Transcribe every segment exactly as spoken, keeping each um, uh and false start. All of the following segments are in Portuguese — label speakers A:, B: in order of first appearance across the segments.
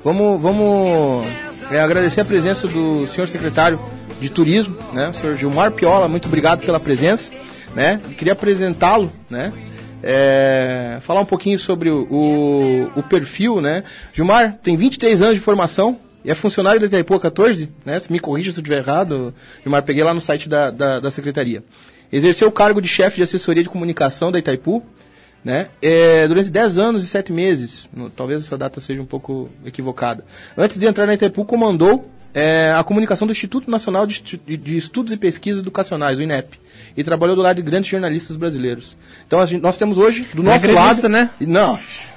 A: vamos, vamos é, agradecer a presença do senhor secretário de Turismo, né, o senhor Gilmar Piola, muito obrigado pela presença, né, queria apresentá-lo, né, é, falar um pouquinho sobre o, o, o perfil, né. Gilmar tem vinte e três anos de formação e é funcionário da Itaipu há quatorze, né, se me corrija se eu estiver errado, Gilmar, peguei lá no site da, da, da Secretaria. Exerceu o cargo de chefe de assessoria de comunicação da Itaipu, né, é, durante dez anos e sete meses, no, talvez essa data seja um pouco equivocada. Antes de entrar na Itaipu, comandou é, a comunicação do Instituto Nacional de, de Estudos e Pesquisas Educacionais, o INEP, e trabalhou do lado de grandes jornalistas brasileiros. Então, gente, nós temos hoje, do nosso
B: é
A: lado...
B: né?
A: Não,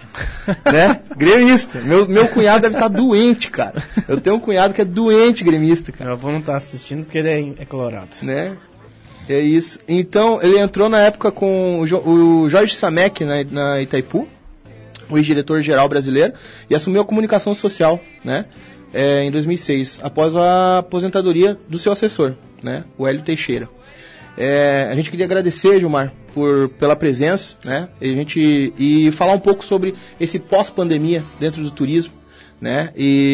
A: né? Gremista. Meu, meu cunhado deve estar doente, cara. Eu tenho um cunhado que é doente gremista, cara.
B: Eu vou não estar assistindo porque ele é, é colorado.
A: Né? É isso. Então, ele entrou na época com o, jo, o Jorge Samek na, na Itaipu, o ex-diretor-geral brasileiro, e assumiu a comunicação social, né? É, em dois mil e seis, após a aposentadoria do seu assessor, né? O Hélio Teixeira. É, a gente queria agradecer, Gilmar, por, pela presença, né? A gente, e falar um pouco sobre esse pós-pandemia dentro do turismo, né?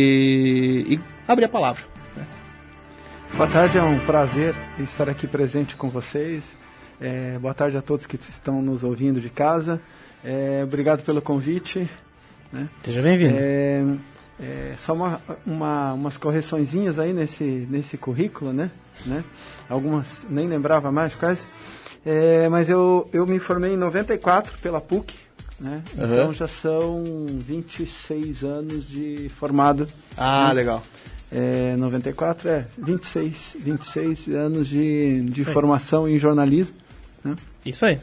A: E, e abrir a palavra. Né?
C: Boa tarde, é um prazer estar aqui presente com vocês. É, boa tarde a todos que estão nos ouvindo de casa. É, obrigado pelo convite. Né?
B: Seja bem-vindo.
C: É, é, só uma, uma, umas correçõezinhas aí nesse, nesse currículo, né? né? Algumas nem lembrava mais quase. É, mas eu, eu me formei em noventa e quatro pela P U C, né? Uhum. Então já são vinte e seis anos de formado.
A: Ah,
C: né?
A: Legal.
C: É, noventa e quatro é vinte e seis, vinte e seis anos de, de formação em jornalismo. Né?
B: Isso aí.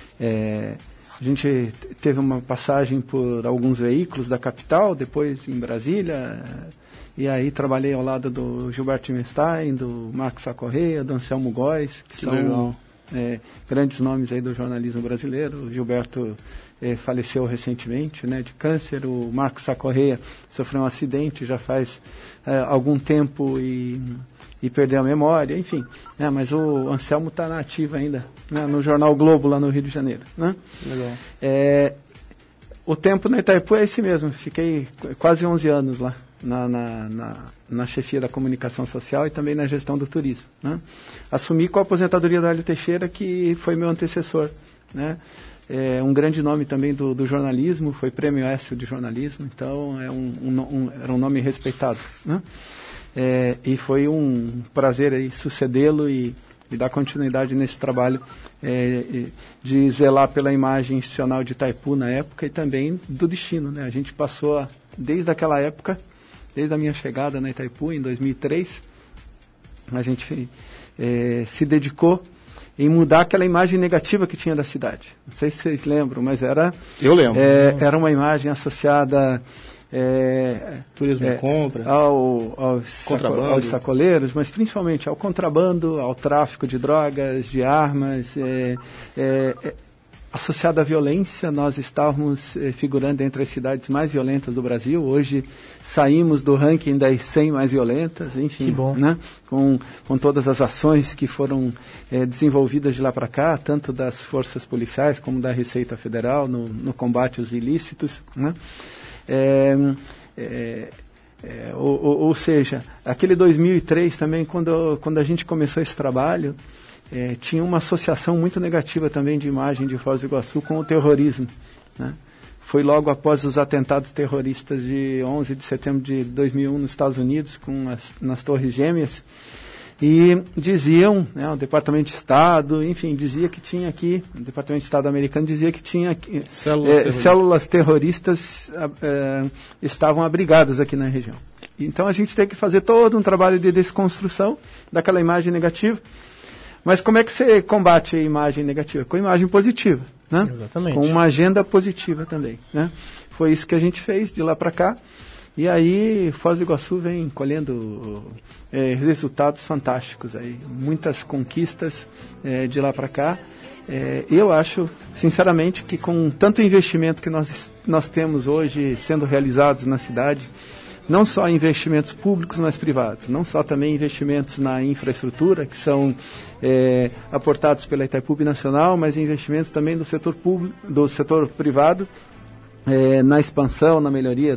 C: É, a gente teve uma passagem por alguns veículos da capital, depois em Brasília, e aí trabalhei ao lado do Gilberto Imestein, do Marcos Sacorreia, do Anselmo Góes, que, que são é, grandes nomes aí do jornalismo brasileiro. O Gilberto é, faleceu recentemente, né, de câncer. O Marcos Sacorreia sofreu um acidente já faz é, algum tempo e, e perdeu a memória, enfim. É, mas o Anselmo está na ativa ainda, né, no Jornal Globo, lá no Rio de Janeiro. Né?
A: Legal.
C: É, o tempo na Itaipu é esse mesmo, fiquei quase onze anos lá. Na, na, na, na chefia da comunicação social e também na gestão do turismo. Né? Assumi com a aposentadoria do Hélio Teixeira, que foi meu antecessor. Né? É um grande nome também do, do jornalismo, foi prêmio Écio de jornalismo, então é um, um, um, era um nome respeitado. Né? É, e foi um prazer aí sucedê-lo e, e dar continuidade nesse trabalho é, de zelar pela imagem institucional de Itaipu na época e também do destino. Né? A gente passou, a, desde aquela época, desde a minha chegada na Itaipu, em dois mil e três, a gente é, se dedicou em mudar aquela imagem negativa que tinha da cidade. Não sei se vocês lembram, mas era...
A: Eu lembro.
C: É, era uma imagem associada... É,
A: Turismo
C: é,
A: compra.
C: Ao, aos,
A: contrabando.
C: Saco, aos sacoleiros, mas principalmente ao contrabando, ao tráfico de drogas, de armas... É, é, é, associado à violência, nós estávamos eh, figurando entre as cidades mais violentas do Brasil. Hoje saímos do ranking das cem mais violentas, enfim,
B: que bom.
C: Né? Com, com todas as ações que foram eh, desenvolvidas de lá para cá, tanto das forças policiais como da Receita Federal, no, no combate aos ilícitos. Né? É, é, é, ou, ou, ou seja, aquele dois mil e três também, quando, quando a gente começou esse trabalho, É, tinha uma associação muito negativa também de imagem de Foz do Iguaçu com o terrorismo. Né? Foi logo após os atentados terroristas de onze de setembro de dois mil e um nos Estados Unidos, com as, nas Torres Gêmeas, e diziam, né, o Departamento de Estado, enfim, dizia que tinha aqui, o Departamento de Estado americano dizia que tinha aqui,
A: células,
C: é,
A: terroristas.
C: células terroristas é, estavam abrigadas aqui na região. Então a gente tem que fazer todo um trabalho de desconstrução daquela imagem negativa. Mas como é que você combate a imagem negativa? Com a imagem positiva, né?
B: Exatamente.
C: Com uma agenda positiva também, né? Foi isso que a gente fez de lá para cá. E aí Foz do Iguaçu vem colhendo é, resultados fantásticos aí, muitas conquistas é, de lá para cá. É, eu acho, sinceramente, que com tanto investimento que nós, nós temos hoje sendo realizados na cidade, não só investimentos públicos, mas privados, não só também investimentos na infraestrutura, que são é, aportados pela Itaipu Nacional, mas investimentos também do setor público, do setor privado, é, na expansão, na melhoria do,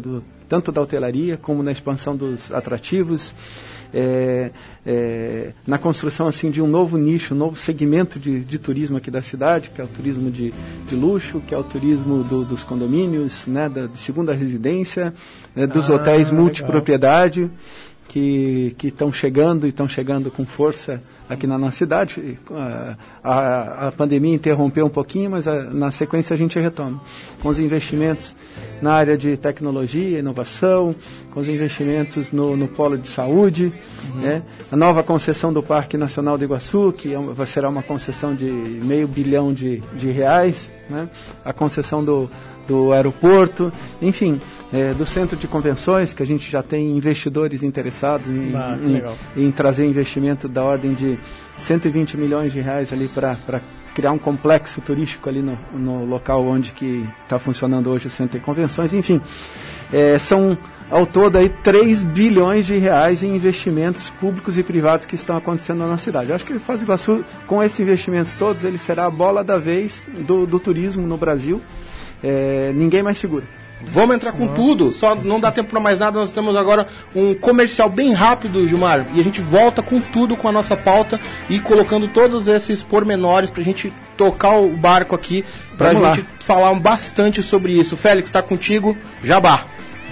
C: tanto da hotelaria como na expansão dos atrativos, é, é, na construção assim, de um novo nicho, um novo segmento de, de turismo aqui da cidade, que é o turismo de, de luxo, que é o turismo do, dos condomínios, né, da, de segunda residência, né, dos ah, hotéis multipropriedade, legal. que estão chegando e estão chegando com força aqui na nossa cidade. A, a, a pandemia interrompeu um pouquinho, mas a, na sequência a gente retoma. Com os investimentos na área de tecnologia, inovação, com os investimentos no, no polo de saúde, uhum. né? A nova concessão do Parque Nacional do Iguaçu, que é uma, será uma concessão de meio bilhão de, de reais, né? A concessão do, do aeroporto, enfim, é, do centro de convenções, que a gente já tem investidores interessados em, ah, em, em trazer investimento da ordem de cento e vinte milhões de reais ali para criar um complexo turístico ali no, no local onde que está funcionando hoje o centro de convenções. Enfim, é, são ao todo aí três bilhões de reais em investimentos públicos e privados que estão acontecendo na nossa cidade. Eu acho que o Foz do Iguaçu, com esses investimentos todos, ele será a bola da vez do, do turismo no Brasil. É, ninguém mais segura.
A: Vamos entrar com Nossa. tudo, só não dá tempo para mais nada, nós temos agora um comercial bem rápido, Gilmar, e a gente volta com tudo, com a nossa pauta e colocando todos esses pormenores pra gente tocar o barco aqui, pra Vamos gente lá. falar bastante sobre isso. Félix, tá contigo, Jabá.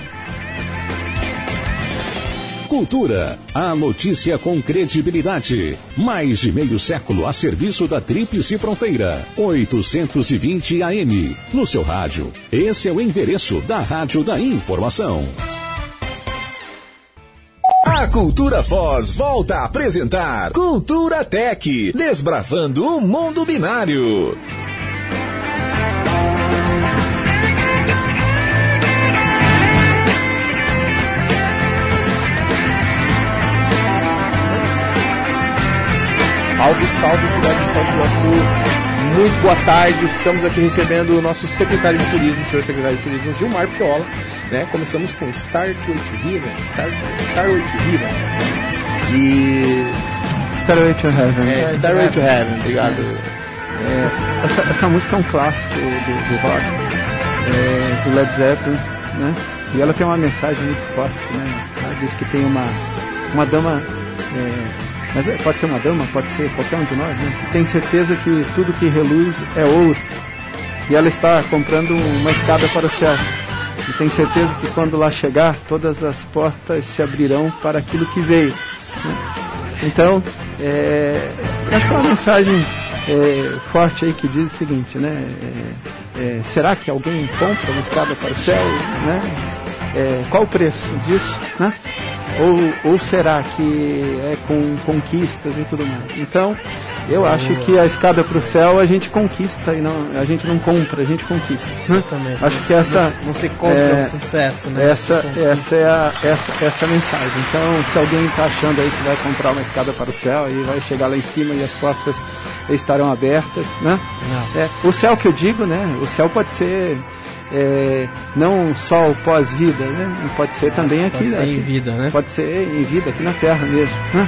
D: Cultura, a notícia com credibilidade. Mais de meio século a serviço da Tríplice Fronteira. oitocentos e vinte A M. No seu rádio. Esse é o endereço da Rádio da Informação. A Cultura Foz volta a apresentar Cultura Tech, desbravando o mundo binário.
A: Salve, salve, cidade de Foz do Iguaçu. Muito boa tarde. Estamos aqui recebendo o nosso secretário de turismo, o senhor secretário de turismo, Gilmar Piola. Né? Começamos com Start to Heaven. Star, Starway to Heaven. E...
C: Starway to Heaven.
A: É, Starway to Heaven, obrigado.
C: É, essa, essa música é um clássico do, do rock, é, do Led Zeppelin, né? E ela tem uma mensagem muito forte, né? Ela diz que tem uma, uma dama... É, mas pode ser uma dama, pode ser qualquer um de nós, né? Que tem certeza que tudo que reluz é ouro. E ela está comprando uma escada para o céu. E tem certeza que quando lá chegar, todas as portas se abrirão para aquilo que veio. Né? Então, é, acho que é uma mensagem é, forte aí que diz o seguinte, né? É, é, será que alguém compra uma escada para o céu? Né? É, qual o preço disso? Né? Ou, ou será que é com conquistas e tudo mais? Então, eu acho que a escada para o céu a gente conquista e não, a gente não compra, a gente conquista. Né? Acho que essa
B: não, não se compra é, um sucesso, né?
C: Essa, essa é a essa, essa é a mensagem. Então, se alguém está achando aí que vai comprar uma escada para o céu e vai chegar lá em cima e as portas estarão abertas, né? É, o céu que eu digo, né? O céu pode ser É, não só o pós-vida, né? Pode ser também aqui.
B: Pode ser
C: aqui,
B: em vida, né?
C: Pode ser em vida, aqui na Terra mesmo. Né?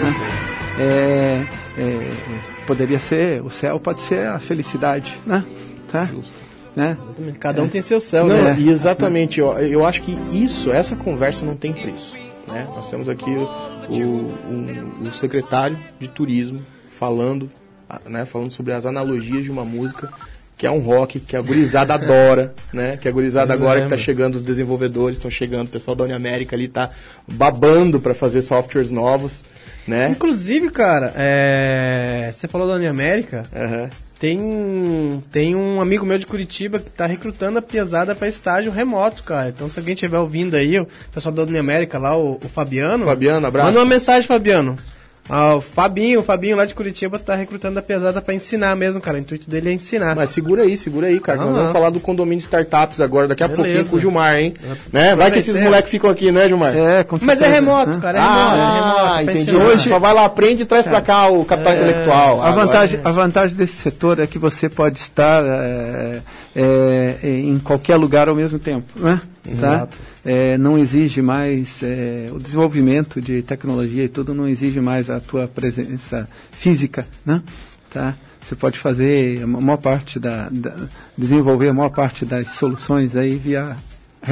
C: É, é, poderia ser, o céu pode ser a felicidade, né? Tá?
A: Justo.
C: Né?
B: Cada um é. tem seu céu,
A: não,
B: né?
A: E exatamente, eu, eu acho que isso, essa conversa não tem preço. Né? Nós temos aqui o, o, o secretário de turismo falando, né, falando sobre as analogias de uma música que é um rock, que a gurizada adora, né? Que a gurizada Mas agora que tá chegando, os desenvolvedores estão chegando, o pessoal da Uniamérica ali tá babando para fazer softwares novos, né?
B: Inclusive, cara, é... você falou da Uniamérica,
A: uhum.
B: tem, tem um amigo meu de Curitiba que tá recrutando a pesada para estágio remoto, cara. Então, se alguém estiver ouvindo aí, o pessoal da Uniamérica lá, o, o Fabiano...
A: Fabiano, abraço.
B: Manda uma mensagem, Fabiano. Ah, o Fabinho, o Fabinho lá de Curitiba tá recrutando a pesada pra ensinar mesmo, cara. O intuito dele é ensinar.
A: Mas segura aí, segura aí, cara. Ah, Nós vamos falar do condomínio de startups agora, daqui a
B: Beleza.
A: pouquinho com o Gilmar, hein? Né? Vai que esses moleques ficam aqui, né, Gilmar?
C: É, com
B: Mas é remoto, cara. É
A: ah,
B: remoto, é remoto.
A: Ah, entendi. Hoje só vai lá, aprende e traz é. pra cá o capital é. intelectual.
C: A vantagem, a vantagem desse setor é que você pode estar é, é, em qualquer lugar ao mesmo tempo, né? Tá? É, não exige mais é, o desenvolvimento de tecnologia e tudo, não exige mais a tua presença física, né? Tá? Você pode fazer a maior parte da, da desenvolver a maior parte das soluções aí via remota.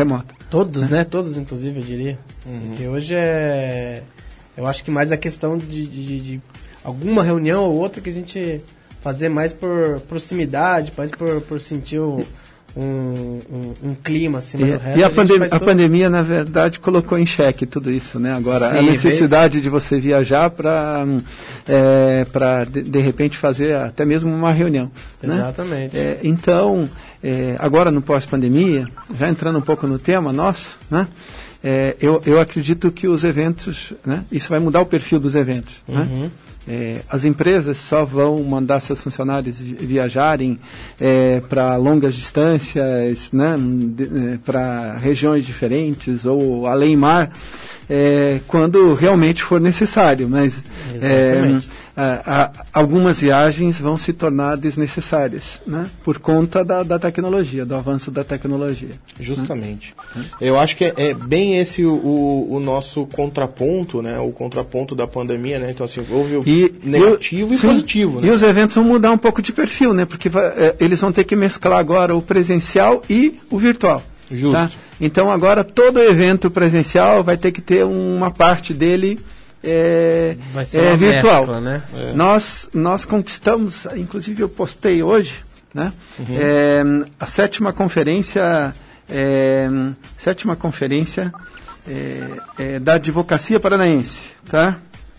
B: Todos, né? Todos, inclusive, eu diria. Uhum. Porque hoje é... Eu acho que mais a questão de, de, de alguma reunião ou outra que a gente fazer mais por proximidade, mais por, por sentir o... Um, um, um clima assim, mas
C: e,
B: o resto
C: e a,
B: a,
C: pandem a
B: todo...
C: pandemia, na verdade, colocou em xeque tudo isso, né? Agora,
B: Sim,
C: a necessidade
B: veio...
C: de você viajar para, é, para de, de repente, fazer até mesmo uma reunião.
B: Exatamente.
C: Né? É, então, é, agora no pós-pandemia, já entrando um pouco no tema nosso, né? É, eu, eu acredito que os eventos, né? Isso vai mudar o perfil dos eventos, uhum. né? É, as empresas só vão mandar seus funcionários viajarem é, para longas distâncias, né, é, para regiões diferentes ou além mar, é, quando realmente for necessário. Mas é, a, a, algumas viagens vão se tornar desnecessárias, né, por conta da, da tecnologia, do avanço da tecnologia.
A: Justamente. Né? Eu acho que é, é bem esse o, o nosso contraponto, né, o contraponto da pandemia, né? Então assim, houve o
C: E,
A: negativo e,
C: e sim,
A: positivo, né?
C: E os eventos vão mudar um pouco de perfil, né? Porque vai, é, eles vão ter que mesclar agora o presencial e o virtual.
A: Justo.
C: Tá? Então agora todo evento presencial vai ter que ter uma parte dele é,
B: vai ser
C: é, virtual.
B: Mescla, né?
C: É. Nós, nós conquistamos, inclusive eu postei hoje, né? Uhum. É, a sétima conferência, é, sétima conferência é, é, da Advocacia Paranaense, tá?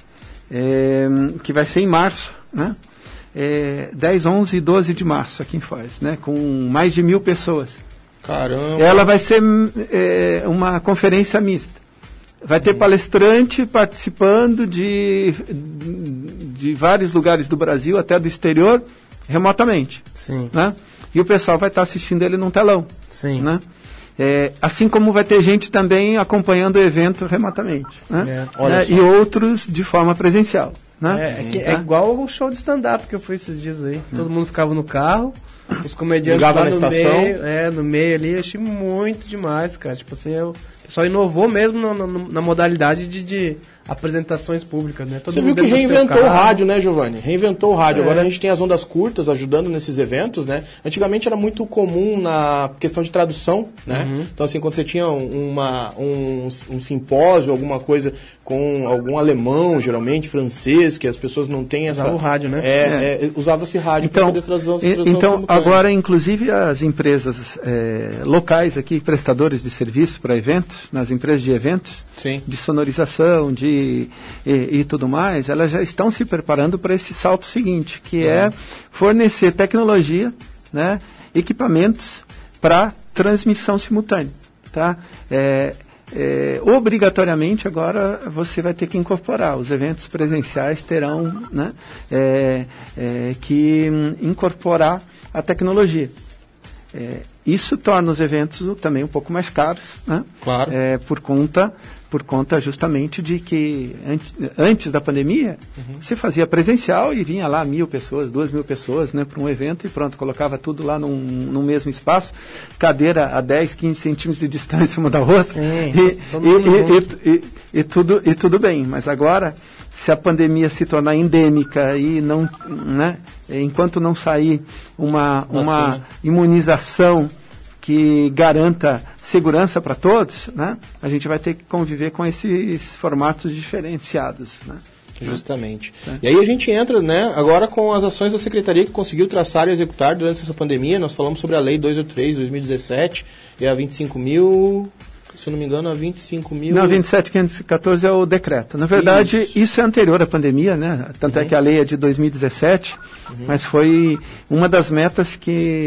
C: É, que vai ser em março, né? É, dez, onze e doze de março aqui em Foz, né? Com mais de mil pessoas.
A: Caramba!
C: Ela vai ser é, uma conferência mista. Vai ter hum. palestrante participando de, de vários lugares do Brasil, até do exterior, remotamente.
B: Sim.
C: Né? E o pessoal vai estar assistindo ele num telão.
B: Sim.
C: Né? É, assim como vai ter gente também acompanhando o evento remotamente. Né?
B: É. Olha
C: é, e outros de forma presencial. Né?
B: É, é, que, é igual o show de stand-up que eu fui esses dias aí. Hum. Todo mundo ficava no carro, os comediantes
A: lá
B: na
A: no
B: estação. Meio, é, no meio ali, eu achei muito demais, cara. Tipo assim, eu, o pessoal inovou mesmo no, no, na modalidade de, de apresentações públicas, né? Todo
A: Você
B: mundo
A: viu que reinventou o rádio, né, Giovanni? Reinventou o rádio. É. Agora a gente tem as ondas curtas ajudando nesses eventos, né? Antigamente era muito comum na questão de tradução, né? Uhum. Então, assim, quando você tinha uma, um, um simpósio, alguma coisa com algum alemão, geralmente, francês, que as pessoas não têm essa...
B: Usava o rádio, né?
A: É, é. É, usava-se rádio
C: então,
A: para poder trazer
C: as Então, agora, inclusive, as empresas é, locais aqui, prestadores de serviço para eventos, nas empresas de eventos,
A: Sim.
C: de sonorização, de E, e tudo mais, elas já estão se preparando para esse salto seguinte, que uhum. é fornecer tecnologia, né, equipamentos para transmissão simultânea. Tá? É, é, obrigatoriamente agora você vai ter que incorporar, os eventos presenciais terão, né, é, é, que incorporar a tecnologia. É, isso torna os eventos também um pouco mais caros, né?
A: Claro.
C: É, por conta por conta justamente de que antes, antes da pandemia uhum. se fazia presencial e vinha lá mil pessoas, duas mil pessoas, né, para um evento e pronto, colocava tudo lá num, num mesmo espaço, cadeira a dez, quinze centímetros de distância uma da outra.
B: Sim,
C: e, e, e, e, e, tudo, e tudo bem, mas agora se a pandemia se tornar endêmica e não, né, enquanto não sair uma, uma imunização que garanta segurança para todos, né, a gente vai ter que conviver com esses formatos diferenciados, né?
A: Justamente. É. E aí a gente entra, né, agora com as ações da Secretaria que conseguiu traçar e executar durante essa pandemia. Nós falamos sobre a Lei duzentos e oitenta e três de dois mil e dezessete e a vinte e cinco mil... Se eu não me engano, a vinte e cinco mil...
C: Não, vinte e sete mil quinhentos e quatorze é o decreto. Na verdade, isso, isso é anterior à pandemia, né? Tanto uhum. é que a lei é de dois mil e dezessete, uhum. mas foi uma das metas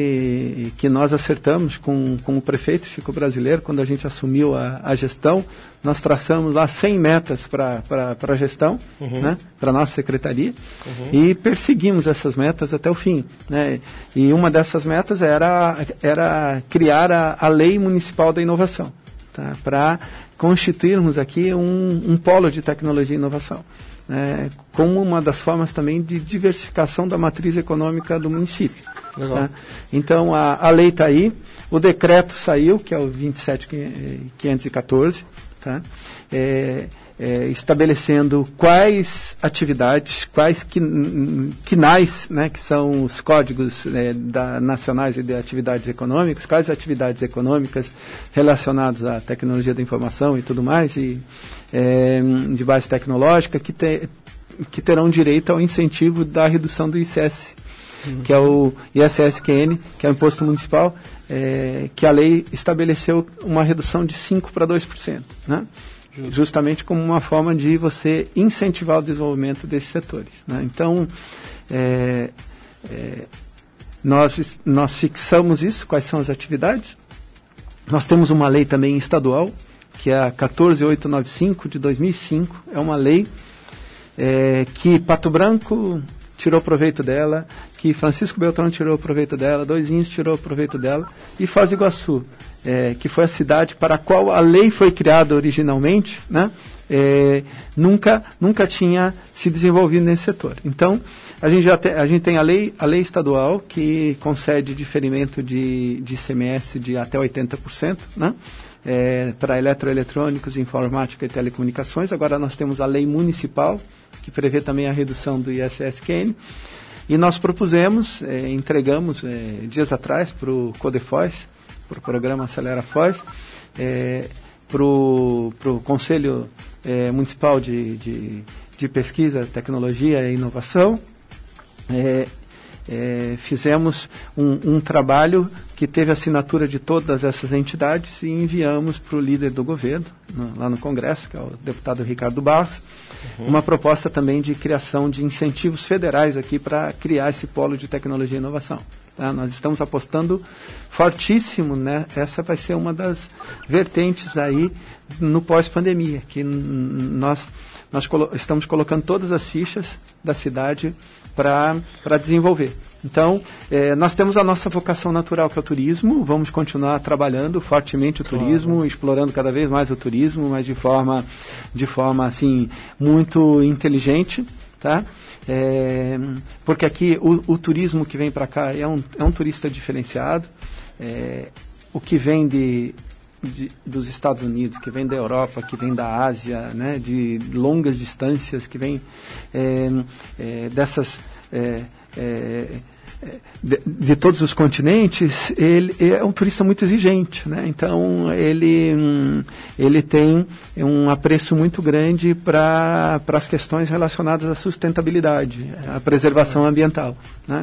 C: que, que nós acertamos com, com o prefeito Chico Brasileiro, quando a gente assumiu a, a gestão. Nós traçamos lá cem metas para a gestão, uhum. né? Para a nossa secretaria, uhum. e perseguimos essas metas até o fim, né? E uma dessas metas era, era criar a, a Lei Municipal da Inovação. Tá, para constituirmos aqui um, um polo de tecnologia e inovação, né, como uma das formas também de diversificação da matriz econômica do município. Tá? Então, a, a lei está aí, o decreto saiu, que é o vinte e sete mil quinhentos e quatorze, tá? É, é, estabelecendo quais atividades, quais quinais, né, que são os códigos é, da, nacionais de atividades econômicas, quais atividades econômicas relacionadas à tecnologia da informação e tudo mais, e é, de base tecnológica, que, te, que terão direito ao incentivo da redução do I C S, uhum. que é o I S S Q N, que é o Imposto Municipal, é, que a lei estabeleceu uma redução de cinco para dois por cento, né? Justamente como uma forma de você incentivar o desenvolvimento desses setores, né? Então, é, é, nós, nós fixamos isso, quais são as atividades. Nós temos uma lei também estadual, que é a quatorze mil oitocentos e noventa e cinco, de dois mil e cinco. É uma lei é, que Pato Branco tirou proveito dela, que Francisco Beltrão tirou proveito dela, Doisinhos tirou proveito dela, e Foz do Iguaçu, é, que foi a cidade para a qual a lei foi criada originalmente, né, é, nunca, nunca tinha se desenvolvido nesse setor. Então, a gente, já te, a gente tem a lei, a lei estadual, que concede diferimento de, de I C M S de até oitenta por cento, né, é, para eletroeletrônicos, informática e telecomunicações. Agora nós temos a lei municipal, que prevê também a redução do I S S Q N. E nós propusemos, é, entregamos é, dias atrás para o Codefoz, para o programa Acelera Foz, é, para o Conselho é, Municipal de, de, de Pesquisa, Tecnologia e Inovação. É, é, fizemos um, um trabalho que teve assinatura de todas essas entidades e enviamos para o líder do governo, no, lá no Congresso, que é o deputado Ricardo Barros, uhum. uma proposta também de criação de incentivos federais aqui para criar esse polo de tecnologia e inovação. Tá? Nós estamos apostando fortíssimo, né? Essa vai ser uma das vertentes aí no pós-pandemia, que nós, nós colo- estamos colocando todas as fichas da cidade para desenvolver. Então, eh, nós temos a nossa vocação natural, que é o turismo. Vamos continuar trabalhando fortemente o turismo, claro. Explorando cada vez mais o turismo, mas de forma, de forma assim, muito inteligente, tá? É, porque aqui o, o turismo que vem para cá é um, é um turista diferenciado. É, o que vem de, de, dos Estados Unidos, que vem da Europa, que vem da Ásia, né, de longas distâncias, que vem é, é, dessas... É, é, de, de todos os continentes, ele é um turista muito exigente, né? Então ele, ele tem um apreço muito grande para as questões relacionadas à sustentabilidade, à preservação ambiental, né?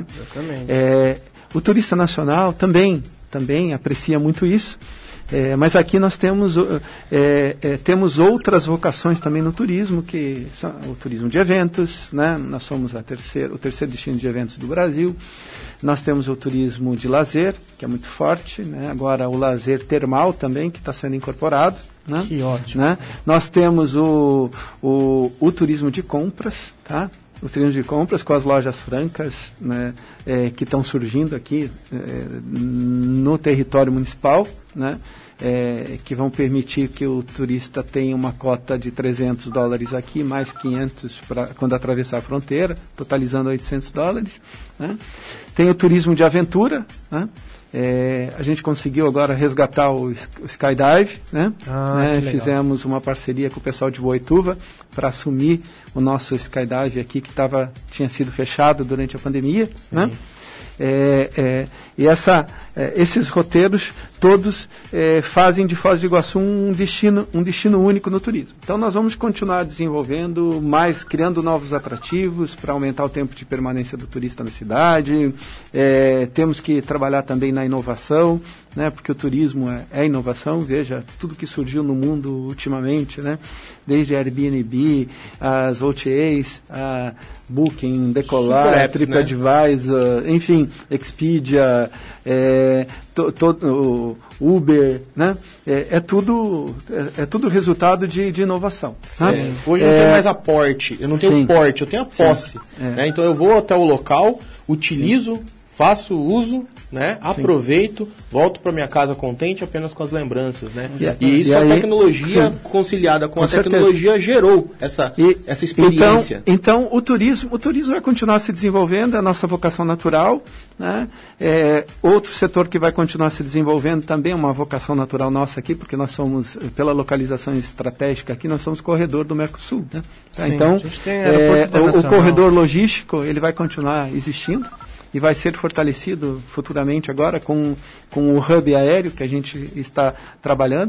C: É, o turista nacional também, também aprecia muito isso. É, mas aqui nós temos, é, é, temos outras vocações também no turismo, que são o turismo de eventos, né? Nós somos a terceira, o terceiro destino de eventos do Brasil. Nós temos o turismo de lazer, que é muito forte, né? Agora o lazer termal também, que está sendo incorporado. Né?
B: Que ótimo.
C: Né? Nós temos o, o, o turismo de compras, tá? O turismo de compras com as lojas francas, né, é, que estão surgindo aqui é, no território municipal, né, é, que vão permitir que o turista tenha uma cota de trezentos dólares aqui, mais quinhentos pra, quando atravessar a fronteira, totalizando oitocentos dólares. Né. Tem o turismo de aventura, né. É, a gente conseguiu agora resgatar o, o Skydive, né?
B: Ah,
C: né? Fizemos uma parceria com o pessoal de Boituva para assumir o nosso Skydive aqui, que tava, tinha sido fechado durante a pandemia, né? É, é, e essa, é, esses roteiros todos é, fazem de Foz do Iguaçu um destino, um destino único no turismo. Então nós vamos continuar desenvolvendo mais, criando novos atrativos para aumentar o tempo de permanência do turista na cidade. É, temos que trabalhar também na inovação, né, porque o turismo é, é inovação. Veja tudo que surgiu no mundo ultimamente, né, desde Airbnb, as O T As, a Booking, Decolar, TripAdvisor, né? Enfim, Expedia, é, to, to, Uber, né? É, é tudo é, é tudo resultado de, de inovação. Né?
A: Hoje eu não
C: é,
A: tenho mais aporte, eu não tenho
C: sim.
A: porte, eu tenho a posse.
C: É.
A: Né? Então eu vou até o local, utilizo, faço uso né? Aproveito, volto para minha casa contente apenas com as lembranças, né?
C: Yeah.
A: E isso
C: E
A: a
C: aí,
A: tecnologia
C: sim.
A: conciliada com,
C: Com
A: a
C: certeza.
A: tecnologia gerou essa,
C: E,
A: essa experiência.
C: Então, então o turismo, o turismo vai continuar se desenvolvendo, é a nossa vocação natural, né? É, outro setor que vai continuar se desenvolvendo também é uma vocação natural nossa aqui, porque nós somos, pela localização estratégica aqui, nós somos corredor do Mercosul, né?
B: Sim,
C: Então,
B: a gente tem aeroporto
C: é, o, o
B: internacional.
C: corredor logístico, ele vai continuar existindo e vai ser fortalecido futuramente agora com, com o hub aéreo que a gente está trabalhando.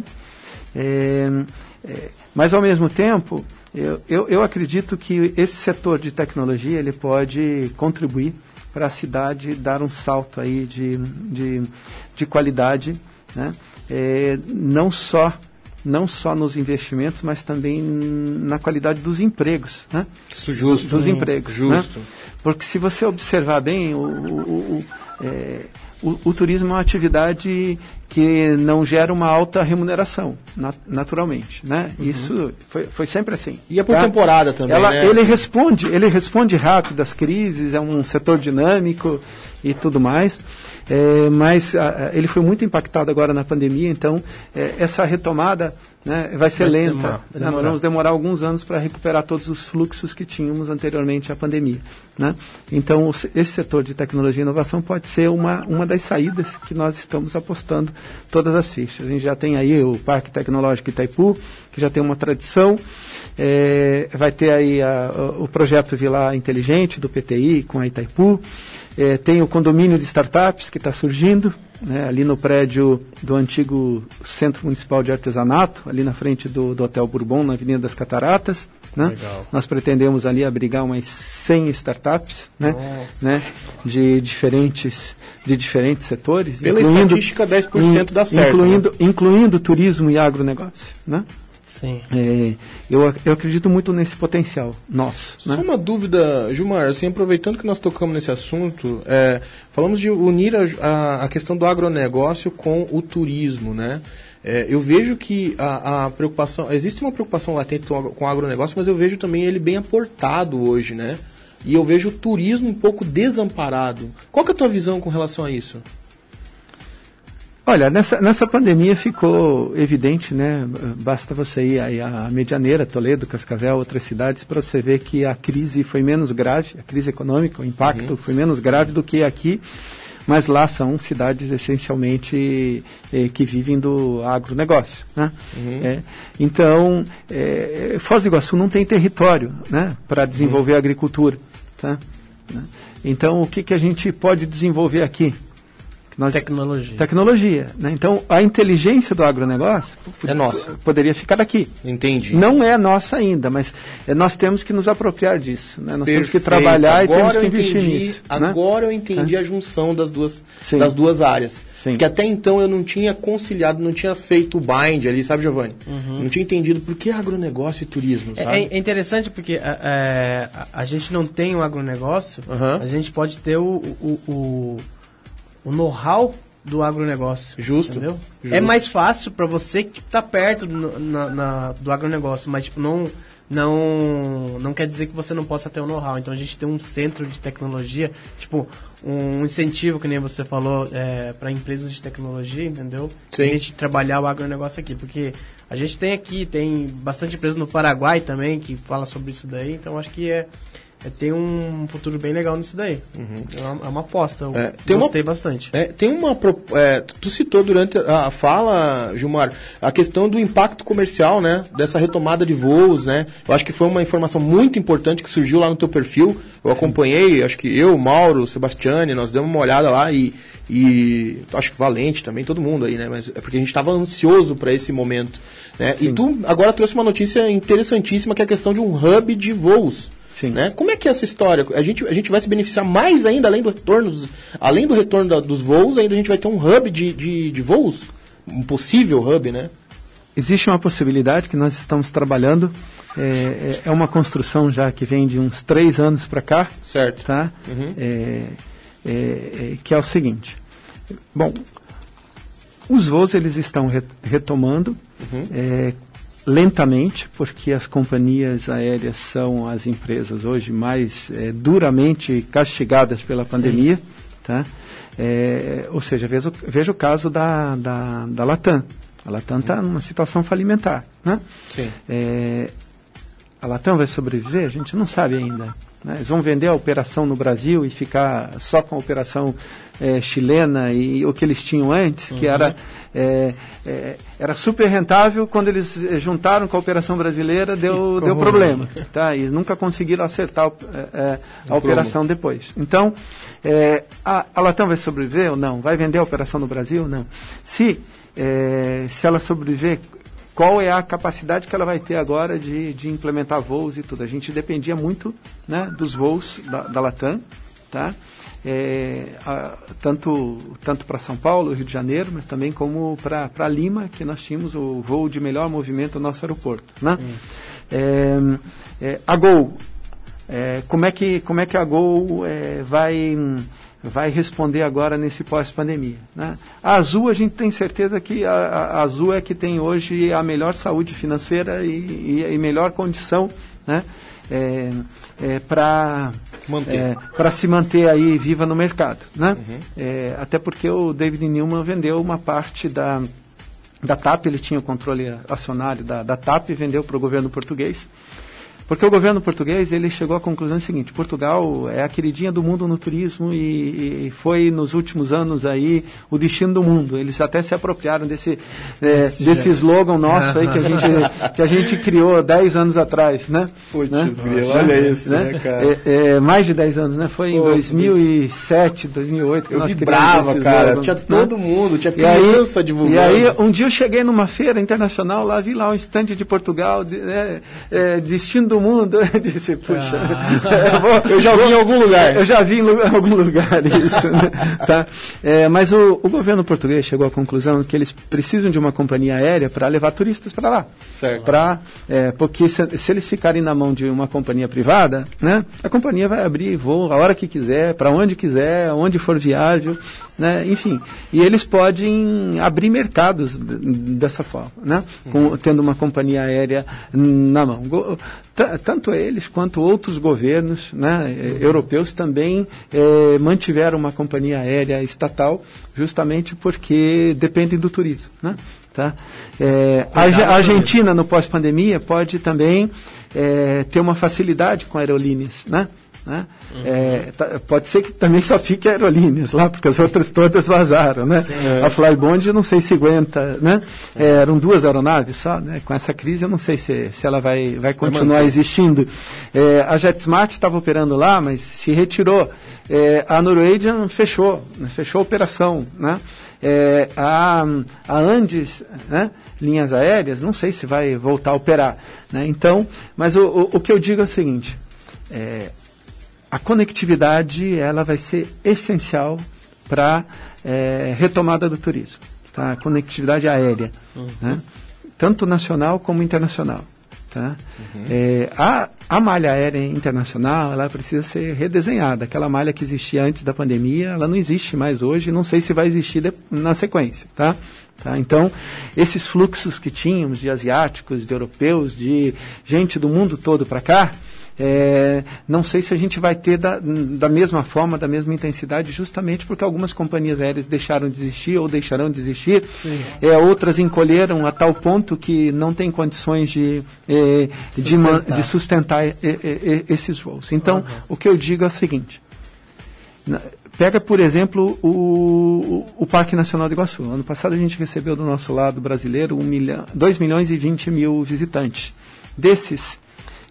C: É, é, mas, ao mesmo tempo, eu, eu, eu acredito que esse setor de tecnologia ele pode contribuir para a cidade dar um salto aí de, de, de qualidade, né? É, não só não só nos investimentos, mas também na qualidade dos empregos, né?
A: Justo.
C: Dos empregos,
A: Justo.
C: né? Porque se você observar bem, o, o, o, é, o, o turismo é uma atividade que não gera uma alta remuneração, nat naturalmente, né? Uhum. Isso foi, foi sempre assim.
A: E é por
C: tá?
A: temporada também,
C: Ela,
A: né?
C: Ele responde, ele responde rápido às crises, é um setor dinâmico e tudo mais, é, mas a, ele foi muito impactado agora na pandemia, então é, essa retomada, né, vai ser
B: Vai
C: lenta.
B: demorar, vai
C: Né?
B: demorar.
C: Nós vamos demorar alguns anos para recuperar todos os fluxos que tínhamos anteriormente à pandemia, né? Então, esse setor de tecnologia e inovação pode ser uma, uma das saídas que nós estamos apostando todas as fichas. A gente já tem aí o Parque Tecnológico Itaipu, que já tem uma tradição, é, vai ter aí a, o projeto Vila Inteligente do P T I com a Itaipu, é, tem o condomínio de startups que está surgindo, né, ali no prédio do antigo Centro Municipal de Artesanato, ali na frente do, do Hotel Bourbon, na Avenida das Cataratas. Né? Nós pretendemos ali abrigar umas cem startups, né, né, de, diferentes, de diferentes setores.
A: Pela estatística, dez por cento dá certo.
C: Incluindo,
A: né?
C: incluindo turismo e agronegócio. Né?
B: Sim.
C: É, eu, eu acredito muito nesse potencial nosso.
A: Só
C: Né?
A: uma dúvida, Gilmar, assim, aproveitando que nós tocamos nesse assunto, é, falamos de unir a, a, a questão do agronegócio com o turismo, né? É, eu vejo que a, a preocupação, existe uma preocupação latente com o agronegócio, mas eu vejo também ele bem aportado hoje, né? E eu vejo o turismo um pouco desamparado. Qual que é a tua visão com relação a isso?
C: Olha, nessa, nessa pandemia ficou evidente, né? Basta você ir aí a Medianeira, Toledo, Cascavel, outras cidades, para você ver que a crise foi menos grave, a crise econômica, o impacto uhum. foi menos grave do que aqui, mas lá são cidades essencialmente eh, que vivem do agronegócio, né? Uhum. É, então, é, Foz do Iguaçu não tem território, né, para desenvolver uhum. a agricultura, tá? Então, o que, que a gente pode desenvolver aqui? Nós,
B: tecnologia.
C: Tecnologia. Né? Então, a inteligência do agronegócio
A: é nossa.
C: Poderia ficar aqui.
A: Entendi.
C: Não é nossa ainda, mas é, nós temos que nos apropriar disso. Né? Nós
A: Perfeito.
C: temos que trabalhar
A: agora
C: e temos que investir
A: entendi,
C: nisso.
A: Agora
C: né?
A: eu entendi é. a junção das duas,
C: Sim.
A: das duas áreas.
C: Sim.
A: Porque até então eu não tinha conciliado, não tinha feito o bind ali, sabe, Giovanni? Uhum. Não tinha entendido por que agronegócio e turismo, sabe?
B: É, é interessante porque é, a, a gente não tem o agronegócio,
A: uhum.
B: a gente pode ter o, o, o, o know-how do agronegócio.
A: Justo.
B: Entendeu?
A: Justo.
B: É mais fácil para você que está perto do, na, na, do agronegócio, mas tipo, não, não, não quer dizer que você não possa ter o know-how. Então a gente tem um centro de tecnologia, tipo, um incentivo, que nem você falou, é, para empresas de tecnologia, entendeu?
A: Sim.
B: A gente trabalhar o agronegócio aqui, porque a gente tem aqui, tem bastante empresa no Paraguai também que fala sobre isso daí, então acho que é É, tem um futuro bem legal nisso daí. Uhum. É, uma, é uma aposta. Eu
A: é, tem
B: gostei
A: uma,
B: bastante.
A: É, tem uma. É, tu citou durante a fala, Gilmar, a questão do impacto comercial, né? Dessa retomada de voos, né? Eu acho que foi uma informação muito importante que surgiu lá no teu perfil. Eu acompanhei, acho que eu, Mauro, Sebastiane, nós demos uma olhada lá e. E acho que Valente também, todo mundo aí, né? Mas é porque a gente estava ansioso para esse momento. Né? E tu agora trouxe uma notícia interessantíssima, que é a questão de um hub de voos.
C: Sim.
A: Né? Como é que é essa história? A gente, a gente vai se beneficiar mais ainda, além do retorno, dos, além do retorno da, dos voos, ainda a gente vai ter um hub de, de, de voos? Um possível hub, né?
C: Existe uma possibilidade que nós estamos trabalhando, é, é uma construção já que vem de uns três anos para cá.
A: Certo.
C: Tá?
A: Uhum.
C: É, é, é, que é o seguinte, bom, os voos eles estão re, retomando, uhum. é, lentamente, porque as companhias aéreas são as empresas hoje mais é, duramente castigadas pela pandemia, tá? É, ou seja, veja, veja o caso da, da, da Latam. A Latam está numa situação falimentar. Né?
A: Sim.
C: É, a Latam vai sobreviver? A gente não sabe ainda. Né? Eles vão vender a operação no Brasil e ficar só com a operação é, chilena e o que eles tinham antes, uhum. que era, é, é, era super rentável. Quando eles juntaram com a operação brasileira, deu, deu problema. Tá? E nunca conseguiram acertar é, a um operação como? depois. Então, é, a, a Latam vai sobreviver ou não? Vai vender a operação no Brasil ou não? Se, é, se ela sobreviver, qual é a capacidade que ela vai ter agora de, de implementar voos e tudo? A gente dependia muito, né, dos voos da, da Latam, tá? É, a, tanto tanto para São Paulo, Rio de Janeiro, mas também como para Lima, que nós tínhamos o voo de melhor movimento no nosso aeroporto. Né? Hum. É, é, a Gol, é, como, é que, como é que a Gol é, vai... vai responder agora nesse pós-pandemia. Né? A Azul, a gente tem certeza que a, a Azul é que tem hoje a melhor saúde financeira e, e, e melhor condição, né? é, é, para é, se manter aí viva no mercado. Né? Uhum. É, até porque o David Neumannn vendeu uma parte da, da T A P, ele tinha o controle acionário da, da T A P e vendeu para o governo português. Porque o governo português, ele chegou à conclusão seguinte: Portugal é a queridinha do mundo no turismo e, e foi nos últimos anos aí o destino do mundo. Eles até se apropriaram desse, é, desse slogan nosso aí que a gente, que a gente criou dez anos atrás, né?
A: Putz,
C: né?
A: olha isso, né, né cara?
C: É, é, mais de dez anos, né? Foi em Pô, dois mil e sete, dois mil e oito que
A: eu
C: nós
A: vibrava,
C: criamos esse
A: cara.
C: slogan,
A: tinha
C: né?
A: todo mundo, tinha criança
C: e aí,
A: divulgando.
C: E aí, um dia eu cheguei numa feira internacional, lá vi lá um estande de Portugal, de, né, é, destino do mundo. Disse, puxa, ah. eu, vou,
A: eu já vi em algum lugar.
C: Eu já vi em algum lugar isso. Né? Tá? É, mas o, o governo português chegou à conclusão que eles precisam de uma companhia aérea para levar turistas para lá.
A: Certo.
C: Pra, é, porque se, se eles ficarem na mão de uma companhia privada, né, a companhia vai abrir voo a hora que quiser, para onde quiser, onde for viável. Né, enfim, e eles podem abrir mercados dessa forma, né, com, tendo uma companhia aérea na mão. T- tanto eles quanto outros governos, né, europeus também eh, mantiveram uma companhia aérea estatal, justamente porque dependem do turismo. Né, tá? É, a, a Argentina, no pós-pandemia, pode também é, ter uma facilidade com aerolíneas, né? Né? Uhum. É, tá, pode ser que também só fique aerolíneas lá, porque as outras todas vazaram, né? A Flybond não sei se aguenta, né? É, eram duas aeronaves só, né? Com essa crise eu não sei se, se ela vai, vai continuar existindo. É, a JetSmart estava operando lá, mas se retirou. É, a Norwegian fechou, né? Fechou a operação, né? É, a, a Andes, né? Linhas aéreas, não sei se vai voltar a operar, né? Então, mas o, o, o que eu digo é o seguinte, é, a conectividade ela vai ser essencial para é, retomada do turismo, tá? A conectividade aérea, uhum. né? Tanto nacional como internacional. Tá? Uhum. É, a, a malha aérea internacional ela precisa ser redesenhada. Aquela malha que existia antes da pandemia, ela não existe mais hoje, não sei se vai existir de, na sequência. Tá? Tá? Então, esses fluxos que tínhamos de asiáticos, de europeus, de gente do mundo todo para cá, É, não sei se a gente vai ter da, da mesma forma, da mesma intensidade, justamente porque algumas companhias aéreas deixaram de existir ou deixarão de existir, é, outras encolheram a tal ponto que não tem condições de, é, sustentar. de, de sustentar é, é, esses voos. Então, uhum. o que eu digo é o seguinte, na, pega, por exemplo, o, o, o Parque Nacional do Iguaçu. Ano passado a gente recebeu do nosso lado brasileiro um milhão, dois milhões e vinte mil visitantes. Desses,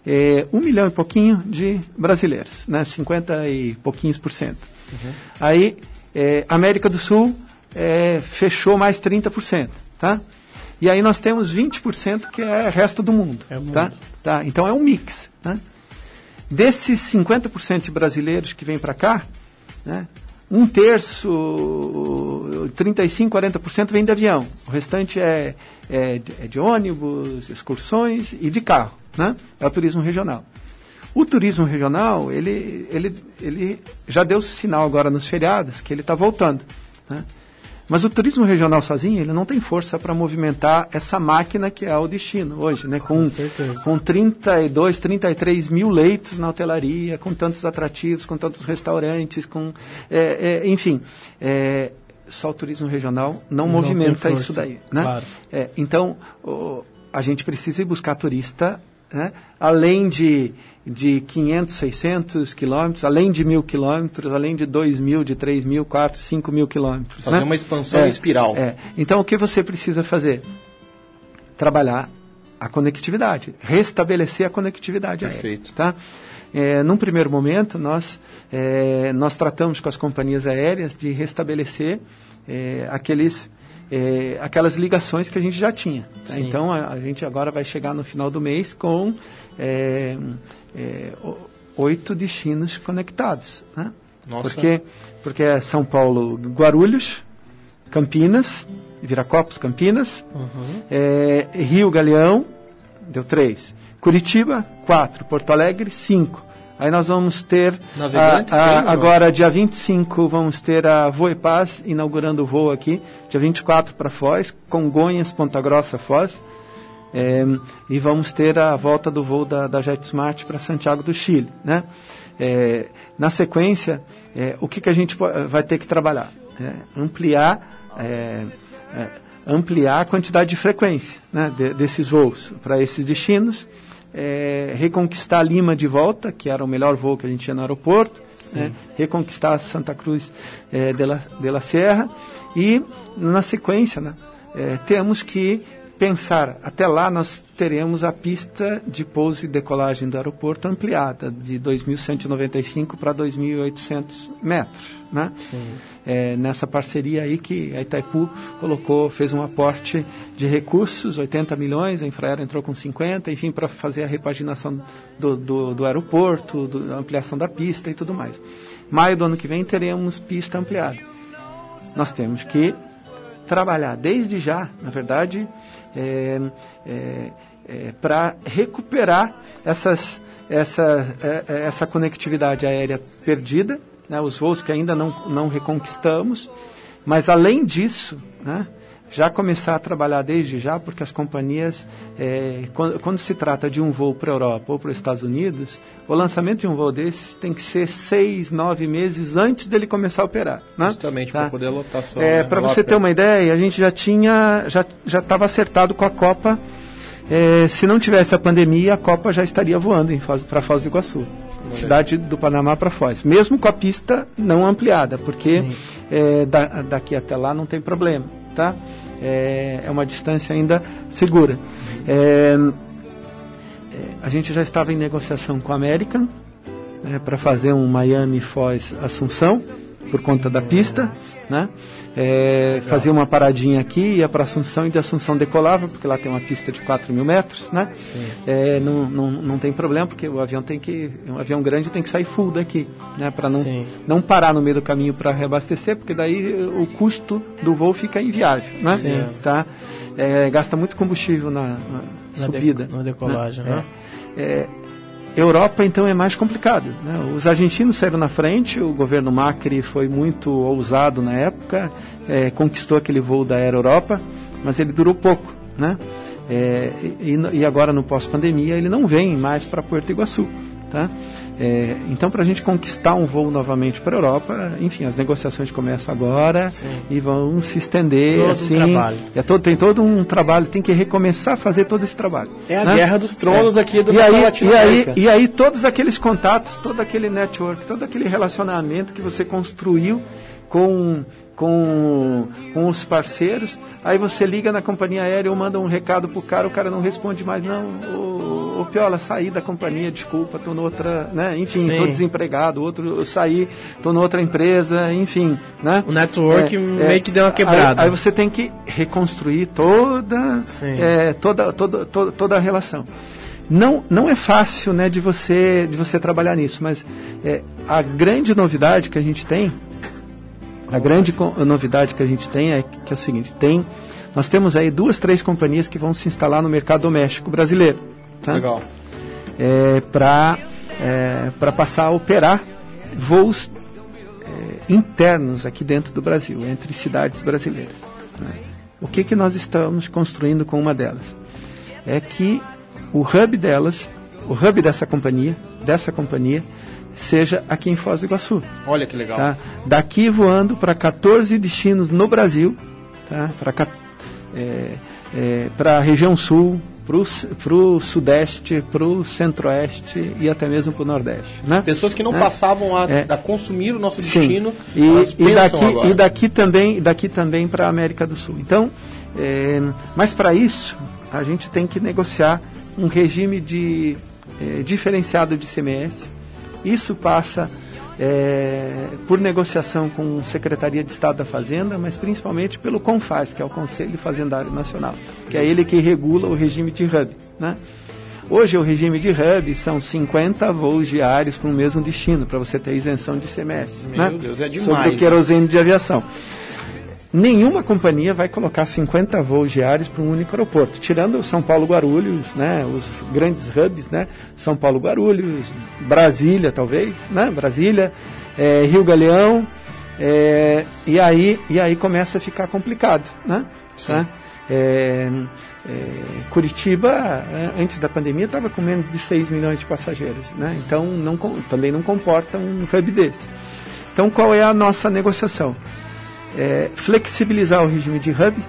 C: É, um milhão e pouquinho de brasileiros, né? cinquenta e pouquinhos por cento. Uhum. Aí, é, América do Sul é, fechou mais trinta por cento, tá? E aí nós temos vinte por cento que é resto do mundo, é mundo. Tá? Tá? Então é um mix, né? Desses cinquenta por cento de brasileiros que vêm para cá, né? Um terço, trinta e cinco, quarenta por cento vem de avião. O restante é, é, de, é de ônibus, excursões e de carro. Né? É o turismo regional. O turismo regional, ele, ele, ele já deu sinal agora nos feriados que ele está voltando. Né? Mas o turismo regional sozinho, ele não tem força para movimentar essa máquina que é o destino hoje, né? Com, com trinta e dois, trinta e três mil leitos na hotelaria, com tantos atrativos, com tantos restaurantes, com, é, é, enfim, é, só o turismo regional não, não movimenta isso daí, né?
B: Claro.
C: É, então, o, a gente precisa ir buscar turista, né? Além de, de quinhentos, seiscentos quilômetros, além de mil quilômetros, além de dois mil, de três mil, quatro, cinco mil quilômetros.
A: Fazer
C: né?
A: uma expansão
C: é,
A: em espiral.
C: É. Então, o que você precisa fazer? Trabalhar a conectividade, restabelecer a conectividade.
A: Perfeito.
C: Aérea, tá? É, num primeiro momento, nós, é, nós tratamos com as companhias aéreas de restabelecer é, aqueles... É, aquelas ligações que a gente já tinha. Tá? Então, a, a gente agora vai chegar no final do mês com é, é, oito destinos conectados. Né?
A: Nossa.
C: Porque, porque é São Paulo, Guarulhos, Campinas, Viracopos, Campinas, uhum. é, Rio, Galeão, deu três. Curitiba, quatro. Porto Alegre, cinco. Aí nós vamos ter,
A: Navegantes,
C: a, a,
A: tem,
C: agora dia vinte e cinco, vamos ter a Voe Paz inaugurando o voo aqui, dia vinte e quatro para Foz, Congonhas, Ponta Grossa, Foz, é, e vamos ter a volta do voo da, da JetSmart para Santiago do Chile. Né? É, na sequência, é, o que, que a gente vai ter que trabalhar? É, ampliar, é, é, ampliar a quantidade de frequência, né, de, desses voos para esses destinos. É, reconquistar Lima de volta, que era o melhor voo que a gente tinha no aeroporto, né, reconquistar Santa Cruz é, de, la, de la Sierra e, na sequência, né, é, temos que pensar, até lá nós teremos a pista de pouso e decolagem do aeroporto ampliada, de dois mil cento e noventa e cinco para dois mil e oitocentos metros. Né? É, nessa parceria aí que a Itaipu colocou, fez um aporte de recursos, oitenta milhões, a Infraero entrou com cinquenta, enfim, para fazer a repaginação do, do, do aeroporto, do, a ampliação da pista e tudo mais. Maio do ano que vem teremos pista ampliada. Nós temos que trabalhar desde já, na verdade, é, é, é, para recuperar essas, essa, é, essa conectividade aérea perdida, né, os voos que ainda não, não reconquistamos, mas além disso, né, já começar a trabalhar desde já, porque as companhias, é, quando, quando se trata de um voo para a Europa ou para os Estados Unidos, o lançamento de um voo desses tem que ser seis, nove meses antes dele começar a operar. Né?
A: Justamente, tá? Para poder a lotação.
C: É,
A: né?
C: Para você ter uma ideia, a gente já tinha, já já estava acertado com a Copa, é, se não tivesse a pandemia, a Copa já estaria voando para Foz do Iguaçu. Cidade do Panamá para Foz, mesmo com a pista não ampliada, porque é, da, daqui até lá não tem problema, tá? É, é uma distância ainda segura. É, é, a gente já estava em negociação com a American, né, para fazer um Miami Foz Assunção, por conta da pista, né? É, fazia uma paradinha aqui, ia para Assunção e de Assunção decolava, porque lá tem uma pista de quatro mil metros, né? É, não, não, não tem problema, porque o avião tem que, um avião grande tem que sair full daqui, né? Para não, não parar no meio do caminho para reabastecer, porque daí o custo do voo fica inviável, né?
B: Sim.
C: Tá? É, gasta muito combustível na, na, na subida.
B: De, na decolagem,
C: né?
B: né?
C: É, é, Europa, então, é mais complicado. Né? Os argentinos saíram na frente, o governo Macri foi muito ousado na época, é, conquistou aquele voo da Air Europa, mas ele durou pouco. Né? É, e, e agora, no pós-pandemia, ele não vem mais para Porto Iguaçu. Tá? É, então, para a gente conquistar um voo novamente para a Europa, enfim, as negociações começam agora. Sim. E vão se estender.
B: Todo
C: assim,
B: um trabalho.
C: É todo, tem todo um trabalho, tem que recomeçar a fazer todo esse trabalho.
A: É a
C: né?
A: guerra dos tronos é. aqui do
C: e aí, e aí E aí todos aqueles contatos, todo aquele network, todo aquele relacionamento que você construiu com... Com, com os parceiros, aí você liga na companhia aérea ou manda um recado pro cara, o cara não responde mais, não, ô, ô Piola, saí da companhia, desculpa, tô noutra, né, enfim, Sim. tô desempregado, outro, eu saí, tô noutra empresa, enfim, né.
B: O network é, meio é, que deu uma quebrada.
C: Aí, aí você tem que reconstruir toda, é, toda, toda, toda, toda a relação. Não, não é fácil, né, de você, de você trabalhar nisso, mas é, a grande novidade que a gente tem A grande novidade que a gente tem é que é o seguinte, tem, nós temos aí duas, três companhias que vão se instalar no mercado doméstico brasileiro. Tá?
A: Legal.
C: É, para é, para passar a operar voos é, internos aqui dentro do Brasil, entre cidades brasileiras. Né? O que, que nós estamos construindo com uma delas? É que o hub delas, o hub dessa companhia, dessa companhia, seja aqui em Foz do Iguaçu.
A: Olha que legal.
C: Tá? Daqui voando para quatorze destinos no Brasil, tá? Para é, é, a região sul, para o sudeste, para o centro-oeste e até mesmo para o nordeste. Né?
A: Pessoas que não
C: né?
A: passavam a,
C: é.
A: a consumir o nosso destino,
C: Sim. E,
A: elas
C: e daqui,
A: agora.
C: e daqui também, daqui também para a América do Sul. Então, é, mas para isso, a gente tem que negociar um regime de, é, diferenciado de I C M S. Isso passa é, por negociação com a Secretaria de Estado da Fazenda, mas principalmente pelo CONFAS, que é o Conselho Fazendário Nacional, que é ele que regula o regime de hub. Né? Hoje o regime de hub são cinquenta voos diários para o mesmo destino, para você ter isenção de I C M S.
A: Meu
C: né?
A: Deus, é demais.
C: Sobre o querosene de aviação. Nenhuma companhia vai colocar cinquenta voos diários para um único aeroporto, tirando São Paulo-Guarulhos, né, os grandes hubs, né, São Paulo-Guarulhos, Brasília talvez, né, Brasília, é, Rio Galeão, é, e, aí, e aí começa a ficar complicado. Né, tá? é, é, Curitiba, antes da pandemia, estava com menos de seis milhões de passageiros, né, então não, também não comporta um hub desse. Então qual é a nossa negociação? É, flexibilizar o regime de hub,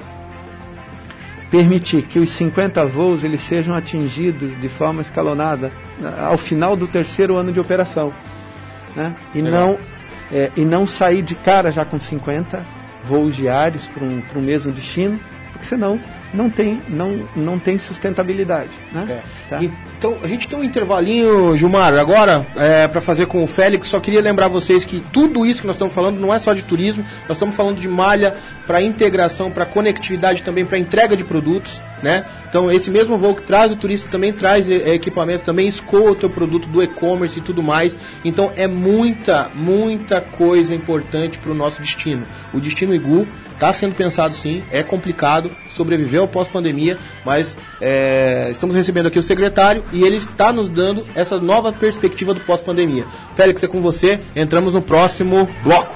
C: permitir que os cinquenta voos eles sejam atingidos de forma escalonada ao final do terceiro ano de operação, né? e, não, é, e não sair de cara já com cinquenta voos diários para um, para o mesmo destino, porque senão não tem, não, não tem sustentabilidade. Né?
A: É. Tá? Então, a gente tem um intervalinho, Gilmar, agora, é, para fazer com o Félix. Só queria lembrar vocês que tudo isso que nós estamos falando não é só de turismo, nós estamos falando de malha para integração, para conectividade também, para entrega de produtos. Né? Então, esse mesmo voo que traz o turista também traz é, equipamento, também escoa o teu produto do e-commerce e tudo mais. Então, é muita, muita coisa importante para o nosso destino. O Destino Igu está sendo pensado sim, é complicado sobreviver ao pós-pandemia, mas é, estamos recebendo aqui o secretário e ele está nos dando essa nova perspectiva do pós-pandemia. Félix, é com você, entramos no próximo bloco.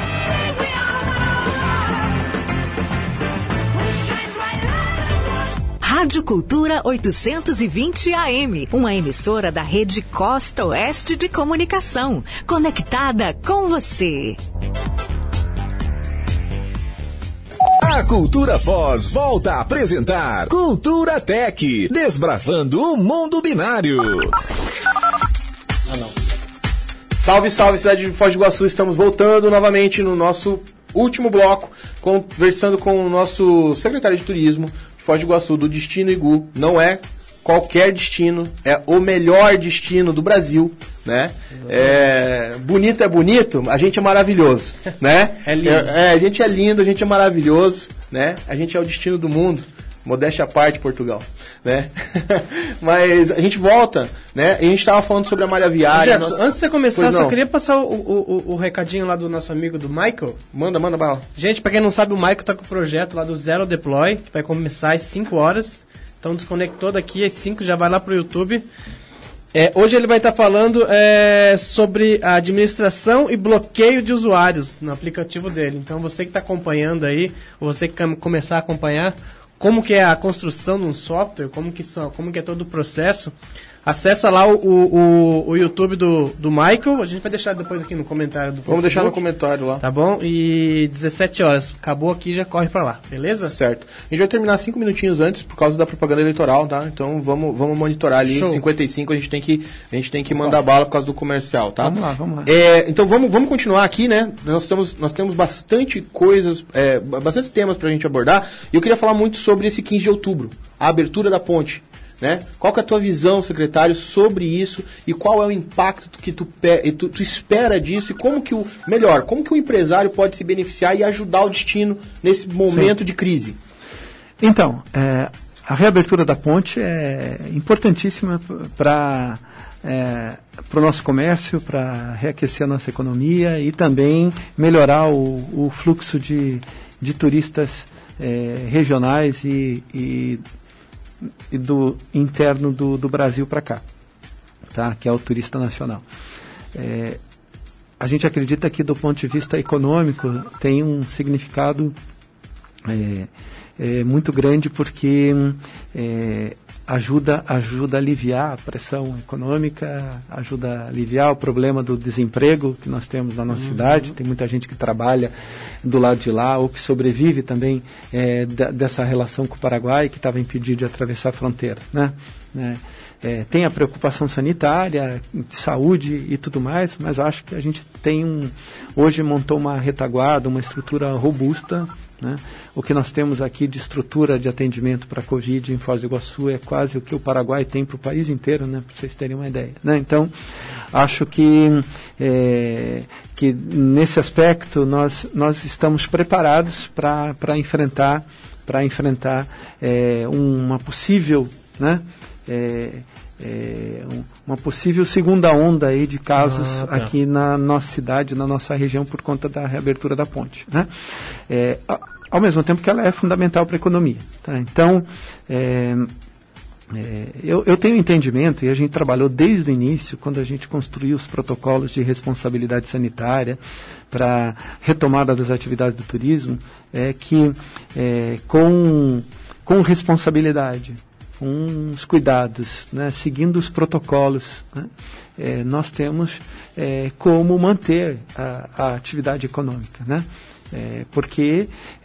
E: Rádio Cultura oitocentos e vinte A M, uma emissora da rede Costa Oeste de Comunicação, conectada com você.
D: A Cultura Foz volta a apresentar Cultura Tech, desbravando o mundo binário.
A: Ah, não. Salve, salve, cidade de Foz do Iguaçu, estamos voltando novamente no nosso último bloco, conversando com o nosso secretário de turismo de Foz do Iguaçu, do Destino Igu. Não é qualquer destino, é o melhor destino do Brasil, né? É, bonito é bonito, a gente é maravilhoso, né?
B: É lindo.
A: É, é, a gente é lindo, a gente é maravilhoso, né? A gente é o destino do mundo, modéstia à parte, Portugal, né? Mas a gente volta, né? E a gente estava falando sobre a malha viária.
B: Jefferson,
A: nossa...
B: antes de você começar,
A: Pois
B: eu só
A: não.
B: queria passar o, o, o, o recadinho lá do nosso amigo do Michael.
A: Manda, manda bala.
B: Gente, pra quem não sabe, o Michael tá com o projeto lá do Zero Deploy, que vai começar às cinco horas. Então desconectou daqui às cinco, já vai lá pro YouTube. É, hoje ele vai estar falando é, sobre a administração e bloqueio de usuários no aplicativo dele. Então você que está acompanhando aí, ou você que quer começar a acompanhar como que é a construção de um software, como que, são, como que é todo o processo, acessa lá o, o, o YouTube do, do Michael. A gente vai deixar depois aqui no comentário do Facebook.
A: Vamos deixar no comentário lá.
B: Tá bom? E dezessete horas. Acabou aqui, já corre pra lá. Beleza?
A: Certo. A gente vai terminar cinco minutinhos antes por causa da propaganda eleitoral, tá? Então vamos, vamos monitorar ali.
B: Show.
A: cinquenta e cinco a gente tem que, a gente tem que mandar bala por causa do comercial, tá?
C: Vamos lá, vamos lá.
A: É, então vamos, vamos continuar aqui, né? Nós temos, nós temos bastante coisas, é, bastante temas pra gente abordar. E eu queria falar muito sobre esse quinze de outubro, a abertura da ponte. Né? Qual que é a tua visão, secretário, sobre isso e qual é o impacto que tu, pe- tu, tu espera disso e como que o, melhor, como que o empresário pode se beneficiar e ajudar o destino nesse momento Sim. de crise?
C: Então, é, a reabertura da ponte é importantíssima para é, o nosso comércio, para reaquecer a nossa economia e também melhorar o, o fluxo de, de turistas é, regionais e, e e do interno do, do Brasil para cá, tá? Que é o turista nacional. É, a gente acredita que do ponto de vista econômico tem um significado é, é, muito grande, porque é, ajuda, ajuda a aliviar a pressão econômica, ajuda a aliviar o problema do desemprego que nós temos na nossa uhum. cidade. Tem muita gente que trabalha do lado de lá, ou que sobrevive também é, da, dessa relação com o Paraguai, que estava impedido de atravessar a fronteira, né? É, é, tem a preocupação sanitária, de saúde e tudo mais, mas acho que a gente tem um... Hoje montou uma retaguarda, uma estrutura robusta, né? O que nós temos aqui de estrutura de atendimento para a Covid em Foz do Iguaçu é quase o que o Paraguai tem para o país inteiro, né? Para vocês terem uma ideia, né? Então, acho que, é, que nesse aspecto nós, nós estamos preparados para enfrentar, para enfrentar é, uma possível, né? É, é, uma possível segunda onda aí de casos ah, tá. aqui na nossa cidade, na nossa região, por conta da reabertura da ponte, né? É, ao mesmo tempo que ela é fundamental para a economia, tá? Então, é, é, eu, eu tenho entendimento, e a gente trabalhou desde o início, quando a gente construiu os protocolos de responsabilidade sanitária para retomada das atividades do turismo, é que é, com, com responsabilidade, com os cuidados, né, seguindo os protocolos, né, é, nós temos é, como manter a, a atividade econômica, né? É, porque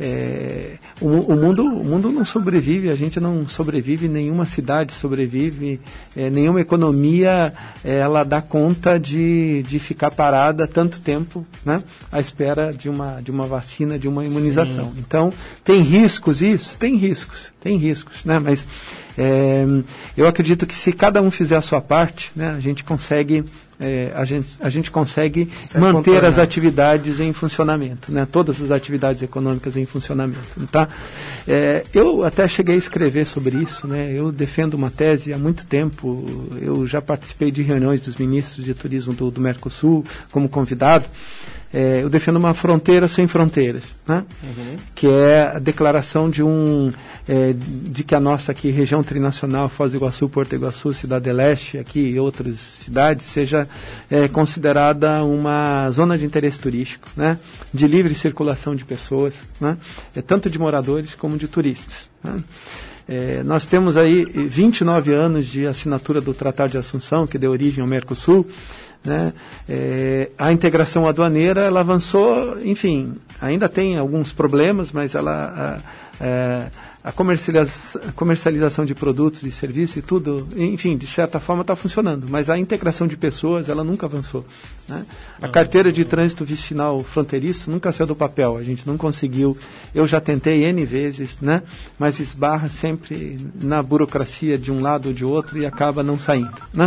C: é, o, o, mundo, o mundo não sobrevive, a gente não sobrevive, nenhuma cidade sobrevive, é, nenhuma economia é, ela dá conta de, de ficar parada tanto tempo, né, à espera de uma, de uma vacina, de uma imunização. Sim. Então, tem riscos isso? Tem riscos, tem riscos, né, mas é, eu acredito que se cada um fizer a sua parte, né, a gente consegue... É, a, gente, a gente consegue Você manter as atividades em funcionamento, né? Todas as atividades econômicas em funcionamento, tá? É, eu até cheguei a escrever sobre isso, né? Eu defendo uma tese há muito tempo, eu já participei de reuniões dos ministros de turismo do, do Mercosul como convidado. É, eu defendo uma fronteira sem fronteiras, né? Uhum. Que é a declaração de um é, de que a nossa aqui região trinacional, Foz do Iguaçu, Porto Iguaçu, Cidade do Leste, aqui e outras cidades, seja é, considerada uma zona de interesse turístico, né? De livre circulação de pessoas, né? É, tanto de moradores como de turistas, né? É, nós temos aí vinte e nove anos de assinatura do Tratado de Assunção, que deu origem ao Mercosul, né? É, a integração aduaneira, ela avançou, enfim, ainda tem alguns problemas, mas ela, a, a, a, comercializa, a comercialização de produtos e serviços e tudo, enfim, de certa forma está funcionando, mas a integração de pessoas, ela nunca avançou, né? A carteira de trânsito vicinal fronteiriço nunca saiu do papel, a gente não conseguiu, eu já tentei N vezes, né? Mas esbarra sempre na burocracia de um lado ou de outro e acaba não saindo, né?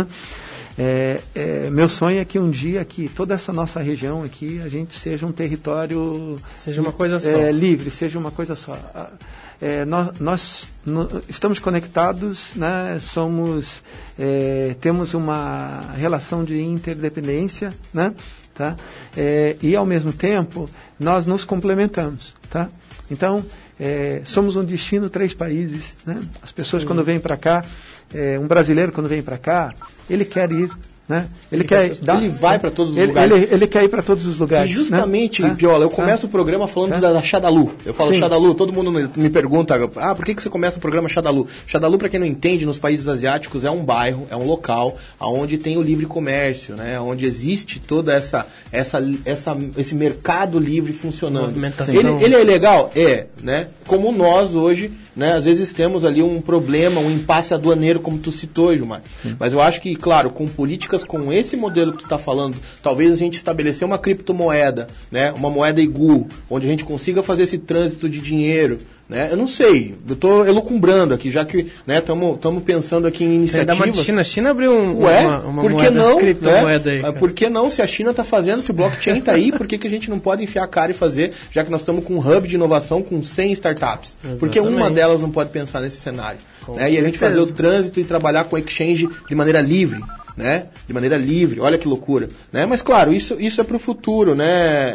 C: É, é, meu sonho é que um dia aqui, toda essa nossa região aqui, a gente seja um território...
B: Seja uma coisa só.
C: É, livre, seja uma coisa só. É, nós nós no, estamos conectados, né, somos, é, temos uma relação de interdependência, né, tá? É, e, ao mesmo tempo, nós nos complementamos, tá? Então, é, somos um destino, três países, né? As pessoas, Sim. quando vêm para cá, é, um brasileiro, quando vem para cá, ele quer ir, né? Ele, ele quer, quer dar,
A: ele vai para todos os
C: ele,
A: lugares.
C: Ele, ele quer ir para todos os lugares.
A: E justamente, né?
C: Piola,
A: eu começo ah. o programa falando ah. da, da Xadalu. Eu falo Sim. Xadalu, todo mundo me, me pergunta, ah, por que, que você começa o programa Xadalu? Xadalu, para quem não entende, nos países asiáticos é um bairro, é um local onde tem o livre comércio, né? Onde existe toda essa, essa, essa esse mercado livre funcionando. Ele, ele é legal? É, né? Como nós hoje, né, às vezes temos ali um problema, um impasse aduaneiro, como tu citou, Gilmar. Sim. Mas eu acho que, claro, com políticas com esse modelo que tu está falando, talvez a gente estabelecer uma criptomoeda, né, uma moeda I G U, onde a gente consiga fazer esse trânsito de dinheiro, né? Eu não sei, eu estou elucumbrando aqui, já que estamos né, pensando aqui em iniciativas.
B: Da China, a China abriu um,
A: Ué,
B: uma, uma
A: por que
B: moeda,
A: não,
B: criptomoeda
A: né?
B: aí. Cara.
A: Por que não, se a China está fazendo, se o blockchain está aí, por que, que a gente não pode enfiar a cara e fazer, já que nós estamos com um hub de inovação com cem startups? Exatamente. Porque uma delas não pode pensar nesse cenário. Né? E a gente fazer o trânsito e trabalhar com exchange de maneira livre. Né? De maneira livre, olha que loucura, né? Mas claro, isso, isso é para o futuro, né,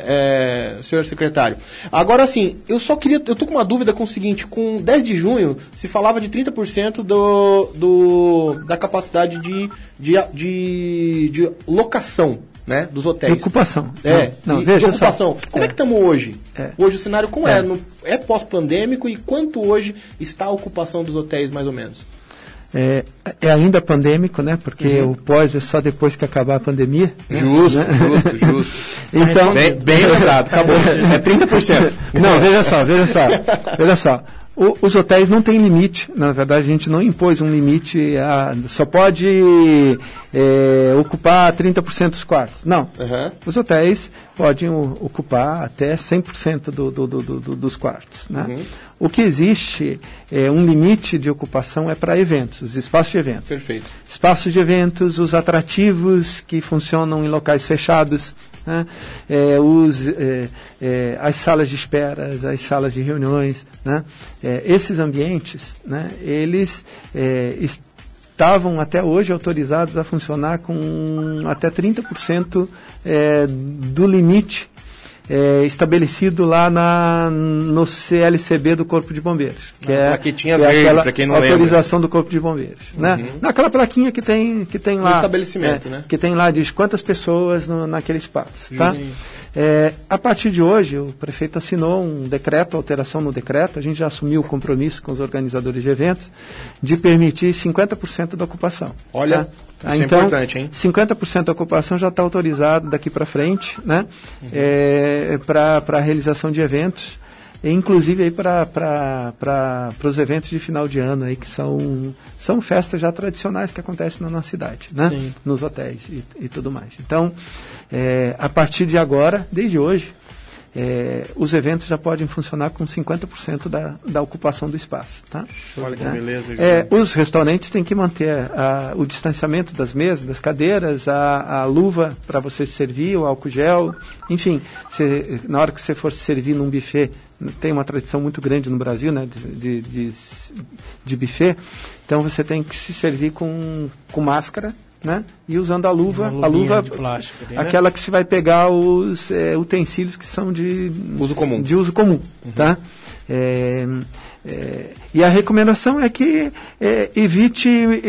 A: é, senhor secretário. Agora assim, eu só queria, eu tô com uma dúvida com o seguinte, com dez de junho se falava de trinta por cento do, do, da capacidade de, de, de, de locação, né, dos hotéis.
C: De ocupação.
A: É,
C: não, não,
A: e,
C: veja
A: de ocupação.
C: só.
A: Como é, é que estamos hoje? É. Hoje o cenário como é?
C: É,
A: no, é pós-pandêmico e quanto hoje está a ocupação dos hotéis, mais ou menos?
C: É, é ainda pandêmico, né? Porque uhum. o pós é só depois que acabar a pandemia.
A: Justo,
C: né?
A: justo, justo.
C: Então,
A: bem, bem lembrado, acabou. É trinta por cento.
C: Não, veja só, veja só. Veja só. O, os hotéis não têm limite. Na verdade, a gente não impôs um limite. A, só pode é, ocupar trinta por cento dos quartos. Não. Uhum. Os hotéis podem o, ocupar até cem por cento do, do, do, do, dos quartos. Né? Uhum. O que existe, é, um limite de ocupação é para eventos, os espaços de eventos.
A: Perfeito.
C: Espaços de eventos, os atrativos que funcionam em locais fechados, né? é, os, é, é, as salas de espera, as salas de reuniões, né? é, esses ambientes, né? eles é, estavam até hoje autorizados a funcionar com até trinta por cento é, do limite É, estabelecido lá na, no C L C B do Corpo de Bombeiros, que
A: na
C: é,
A: plaquetinha
C: que é
A: verde,
C: aquela
A: pra quem não
C: autorização
A: lembra.
C: do Corpo de Bombeiros,
A: uhum.
C: né? Naquela plaquinha que tem que tem lá
A: no estabelecimento,
C: é,
A: né?
C: Que tem lá diz quantas pessoas no, naquele espaço, tá? É, a partir de hoje o prefeito assinou um decreto, alteração no decreto, a gente já assumiu o compromisso com os organizadores de eventos de permitir cinquenta por cento da ocupação.
A: Olha.
C: Tá?
A: Isso
C: então,
A: é importante, hein?
C: cinquenta por cento da ocupação já está autorizado daqui para frente, né? Uhum. É, para a realização de eventos, e inclusive para os eventos de final de ano, aí, que são, são festas já tradicionais que acontecem na nossa cidade, né? Sim. Nos hotéis e, e tudo mais. Então, é, a partir de agora, desde hoje, É, os eventos já podem funcionar com cinquenta por cento da, da ocupação do espaço. Tá?
A: Olha que é. beleza.
C: É, os restaurantes têm que manter a, o distanciamento das mesas, das cadeiras, a, a luva para você servir, o álcool gel, enfim, cê, na hora que você for servir num buffet, tem uma tradição muito grande no Brasil, né, de, de, de buffet, então você tem que se servir com, com máscara, né? E usando a luva, a luva
B: de plástico, né?
C: aquela que se vai pegar os é, utensílios que são de
A: uso comum,
C: de uso comum, uhum. tá? É, é, e a recomendação é que é, evite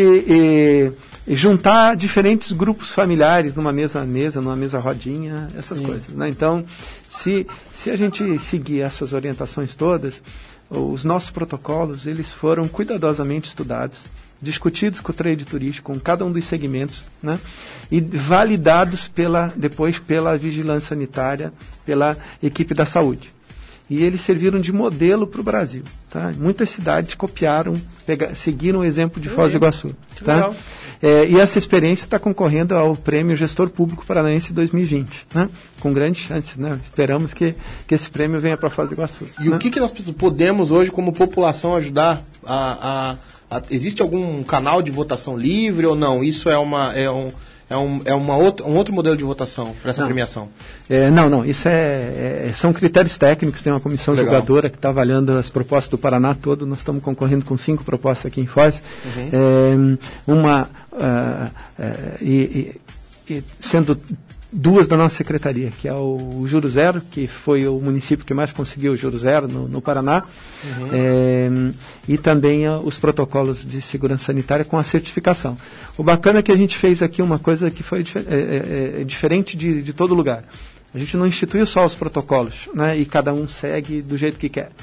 C: é, é, juntar diferentes grupos familiares numa mesma mesa, numa mesma rodinha, essas Sim. coisas, né? Então, se se a gente seguir essas orientações todas, os nossos protocolos eles foram cuidadosamente estudados, discutidos com o trade turístico, com cada um dos segmentos, né? E validados pela, depois pela vigilância sanitária, pela equipe da saúde. E eles serviram de modelo para o Brasil. Tá? Muitas cidades copiaram, pega, seguiram o exemplo de Foz do Iguaçu. Tá? É, e essa experiência está concorrendo ao Prêmio Gestor Público Paranaense dois mil e vinte, né? Com grandes chances. Né? Esperamos que, que esse prêmio venha para Foz do Iguaçu.
A: E né? o que, que nós podemos hoje, como população, ajudar a... a... Existe algum canal de votação livre ou não? Isso é, uma, é, um, é, um, é uma outra, um outro modelo de votação para essa
C: não.
A: premiação?
C: É, não, não. Isso é, é, são critérios técnicos. Tem uma comissão Legal. julgadora que está avaliando as propostas do Paraná todo. Nós estamos concorrendo com cinco propostas aqui em Foz. Uhum. É, uma... Uh, uh, e, e, e sendo... duas da nossa secretaria, que é o Juro Zero, que foi o município que mais conseguiu o Juro Zero no, no Paraná, uhum. é, e também uh, os protocolos de segurança sanitária com a certificação. O bacana é que a gente fez aqui uma coisa que foi dif- é, é, é diferente de, de todo lugar. A gente não instituiu só os protocolos, né, e cada um segue do jeito que quer.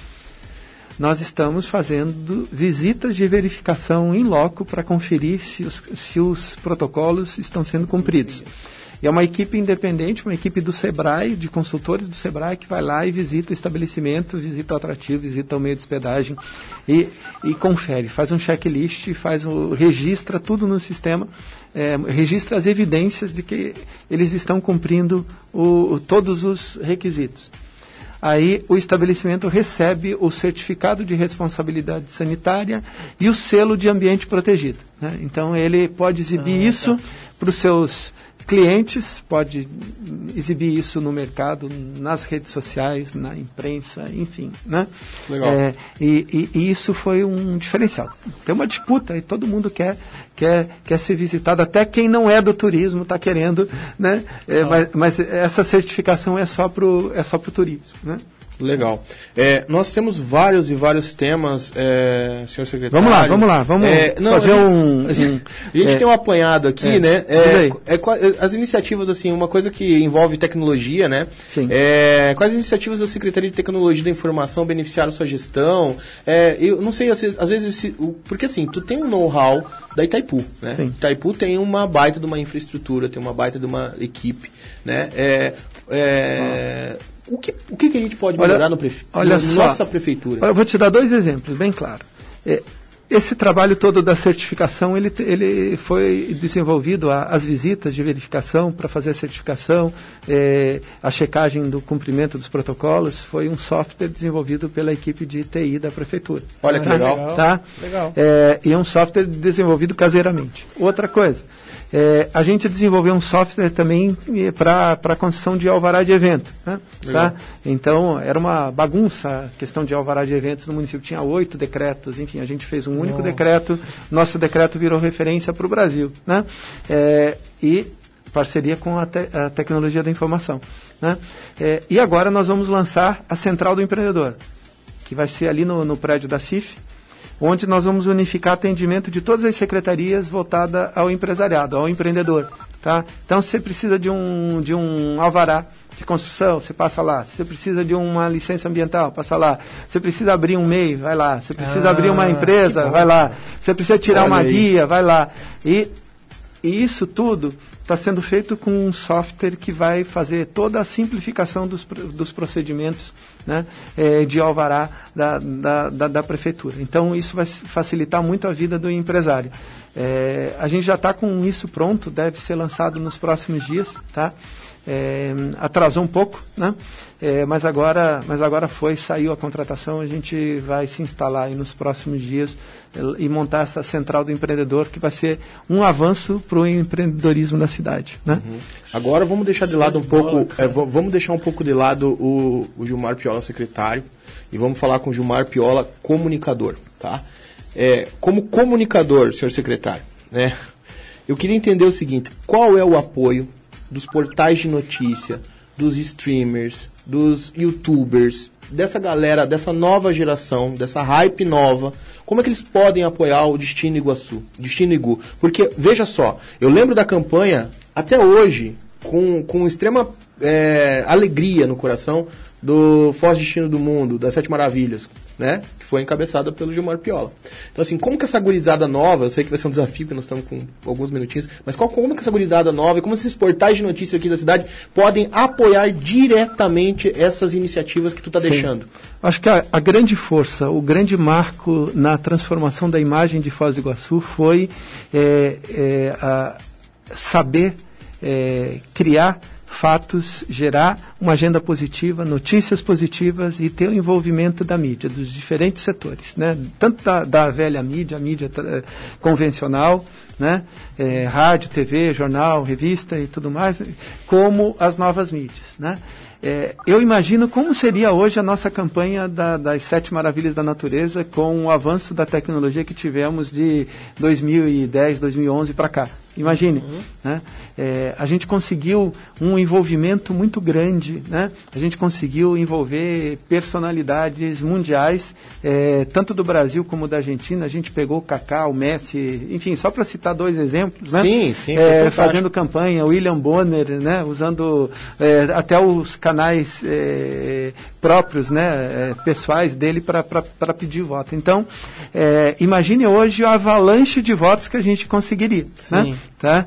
C: Nós estamos fazendo visitas de verificação in loco para conferir se os, se os protocolos estão sendo cumpridos. E é uma equipe independente, uma equipe do SEBRAE, de consultores do SEBRAE, que vai lá e visita o estabelecimento, visita o atrativo, visita o meio de hospedagem e, e confere, faz um checklist, faz o, registra tudo no sistema, é, registra as evidências de que eles estão cumprindo o, o, todos os requisitos. Aí o estabelecimento recebe o certificado de responsabilidade sanitária e o selo de ambiente protegido. Né? Então ele pode exibir ah, isso tá. para os seus clientes, pode exibir isso no mercado, nas redes sociais, na imprensa, enfim. Né?
A: Legal.
C: É, e, e, e isso foi um diferencial. Tem uma disputa e todo mundo quer, quer, quer ser visitado, até quem não é do turismo está querendo, né? É, mas, mas essa certificação é só para o é só pro turismo. Né?
A: Legal. É, nós temos vários e vários temas, é, senhor secretário.
C: Vamos lá, vamos lá, vamos
A: é, não,
C: fazer
A: a gente,
C: um...
A: A gente, a gente
C: é,
A: tem um apanhado aqui,
C: é,
A: né? É, é, é, as iniciativas, assim, uma coisa que envolve tecnologia, né?
C: Sim.
A: É, quais iniciativas da Secretaria de Tecnologia da Informação beneficiaram sua gestão? É, eu não sei, às vezes, às vezes se, o, porque assim, tu tem um know-how da Itaipu, né?
C: Sim.
A: Itaipu tem uma baita de uma infraestrutura, tem uma baita de uma equipe, né? É... é ah. O que, o que a gente pode melhorar olha, no prefe...
C: olha
A: na
C: só,
A: nossa prefeitura?
C: Olha, eu vou te dar dois exemplos, bem claro. É, esse trabalho todo da certificação, ele, ele foi desenvolvido, a, as visitas de verificação para fazer a certificação, é, a checagem do cumprimento dos protocolos, foi um software desenvolvido pela equipe de T I da prefeitura.
A: Olha que
C: tá?
A: legal.
C: Tá?
B: legal.
C: É, e é um software desenvolvido caseiramente. Outra coisa, É, a gente desenvolveu um software também para a construção de alvará de evento. Né? Tá? Então, era uma bagunça a questão de alvará de eventos no município. Tinha oito decretos, enfim, a gente fez um único Nossa. decreto. Nosso decreto virou referência para o Brasil. Né? É, e parceria com a, te, a tecnologia da informação. Né? É, e agora nós vamos lançar a Central do Empreendedor, que vai ser ali no, no prédio da C I F, onde nós vamos unificar atendimento de todas as secretarias voltada ao empresariado, ao empreendedor. Tá? Então, se você precisa de um, de um alvará de construção, você passa lá. Se você precisa de uma licença ambiental, passa lá. Se você precisa abrir um M E I, vai lá. Se você precisa
B: ah,
C: abrir uma empresa, vai lá. Se você precisa tirar Olha uma aí. guia, vai lá. E, e isso tudo está sendo feito com um software que vai fazer toda a simplificação dos, dos procedimentos, né, é, de alvará da, da, da, da prefeitura. Então, isso vai facilitar muito a vida do empresário. É, a gente já está com isso pronto, deve ser lançado nos próximos dias, tá? É, atrasou um pouco, né? É, mas agora, mas agora foi, saiu a contratação, a gente vai se instalar aí nos próximos dias e montar essa central do empreendedor, que vai ser um avanço para o empreendedorismo da cidade, né?
A: Uhum. Agora vamos deixar de lado um pouco, é, vamos deixar um pouco de lado o, o Gilmar Piola, secretário, e vamos falar com o Gilmar Piola, comunicador, tá? É, como comunicador, senhor secretário, né? Eu queria entender o seguinte: qual é o apoio dos portais de notícia, dos streamers, dos youtubers, dessa galera, dessa nova geração, dessa hype nova, como é que eles podem apoiar o Destino Iguaçu, Destino Igu? Porque, veja só, eu lembro da campanha, até hoje, com, com extrema é, alegria no coração, do Foz Destino do Mundo, das Sete Maravilhas, né? Que foi encabeçada pelo Gilmar Piola. Então, assim, como que essa gurizada nova, eu sei que vai ser um desafio, porque nós estamos com alguns minutinhos, mas qual, como que essa gurizada nova e como esses portais de notícias aqui da cidade podem apoiar diretamente essas iniciativas que tu está deixando?
C: Acho que a, a grande força, o grande marco na transformação da imagem de Foz do Iguaçu foi é, é, a saber é, criar fatos, gerar uma agenda positiva, notícias positivas e ter o envolvimento da mídia, dos diferentes setores, né? Tanto da, da velha mídia, a mídia eh, convencional, né? Eh, rádio, T V, jornal, revista e tudo mais, como as novas mídias, né? É, eu imagino como seria hoje a nossa campanha da, das Sete Maravilhas da Natureza com o avanço da tecnologia que tivemos de dois mil e dez, dois mil e onze para cá. Imagine, uhum. né? É, a gente conseguiu um envolvimento muito grande, né? A gente conseguiu envolver personalidades mundiais, é, tanto do Brasil como da Argentina. A gente pegou o Kaká, o Messi, enfim, só para citar dois exemplos, né?
A: Sim, sim.
C: É, fazendo campanha, William Bonner, né? Usando é, até os canais é, próprios, né? É, pessoais dele para pedir voto. Então, é, imagine hoje o avalanche de votos que a gente conseguiria,
B: sim.
C: né? Tá?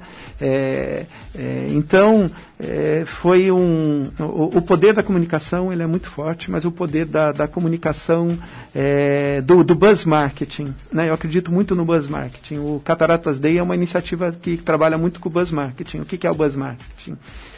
C: É, é, então, é, foi um... O, o poder da comunicação, ele é muito forte, mas o poder da, da comunicação, é, do, do buzz marketing, né? Eu acredito muito no buzz marketing. O Cataratas Day é uma iniciativa que trabalha muito com o buzz marketing. O que, que é o buzz marketing?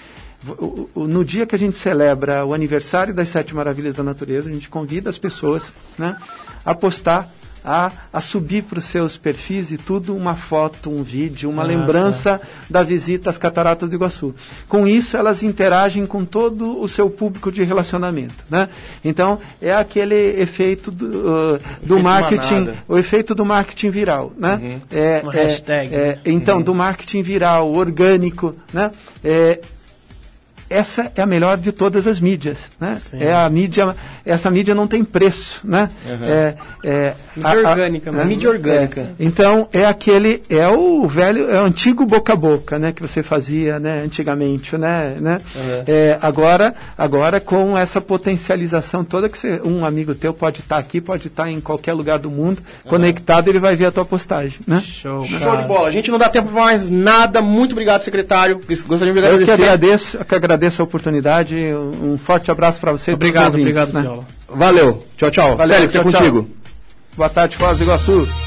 C: O, o, no dia que a gente celebra o aniversário das Sete Maravilhas da Natureza, a gente convida as pessoas, né, a postar, A, a subir para os seus perfis e tudo, uma foto, um vídeo, uma ah, lembrança tá. da visita às Cataratas do Iguaçu. Com isso, elas interagem com todo o seu público de relacionamento, né? Então, é aquele efeito do, uh, do marketing, manada. o efeito do marketing viral, né?
B: Uhum.
C: É,
B: uma
C: é,
B: hashtag.
C: É, então, uhum. do marketing viral, orgânico, né? É, essa é a melhor de todas as mídias, né? É a mídia, essa mídia não tem preço, né?
A: Uhum.
C: É, é,
B: mídia a, orgânica,
C: a,
B: né?
A: Mídia orgânica.
C: É, então, é aquele, é o velho, é o antigo boca a boca, né? Que você fazia, né? Antigamente, né? né?
A: Uhum.
C: É, agora, agora com essa potencialização toda que você, um amigo teu pode estar aqui, pode estar em qualquer lugar do mundo, uhum. conectado, ele vai ver a tua postagem, né?
B: Show,
A: Show de bola. A gente não dá tempo para mais nada. Muito obrigado, secretário. Gostaria de agradecer.
C: Eu que agradeço, eu que agradeço a oportunidade. Um forte abraço para você.
B: Obrigado,
C: ouvintes,
B: obrigado,
C: né?
B: Viola.
A: Valeu. Tchau, tchau.
C: Valeu,
A: Félix,
C: tchau,
A: é contigo.
C: Tchau. Boa tarde, Foz do Iguaçu.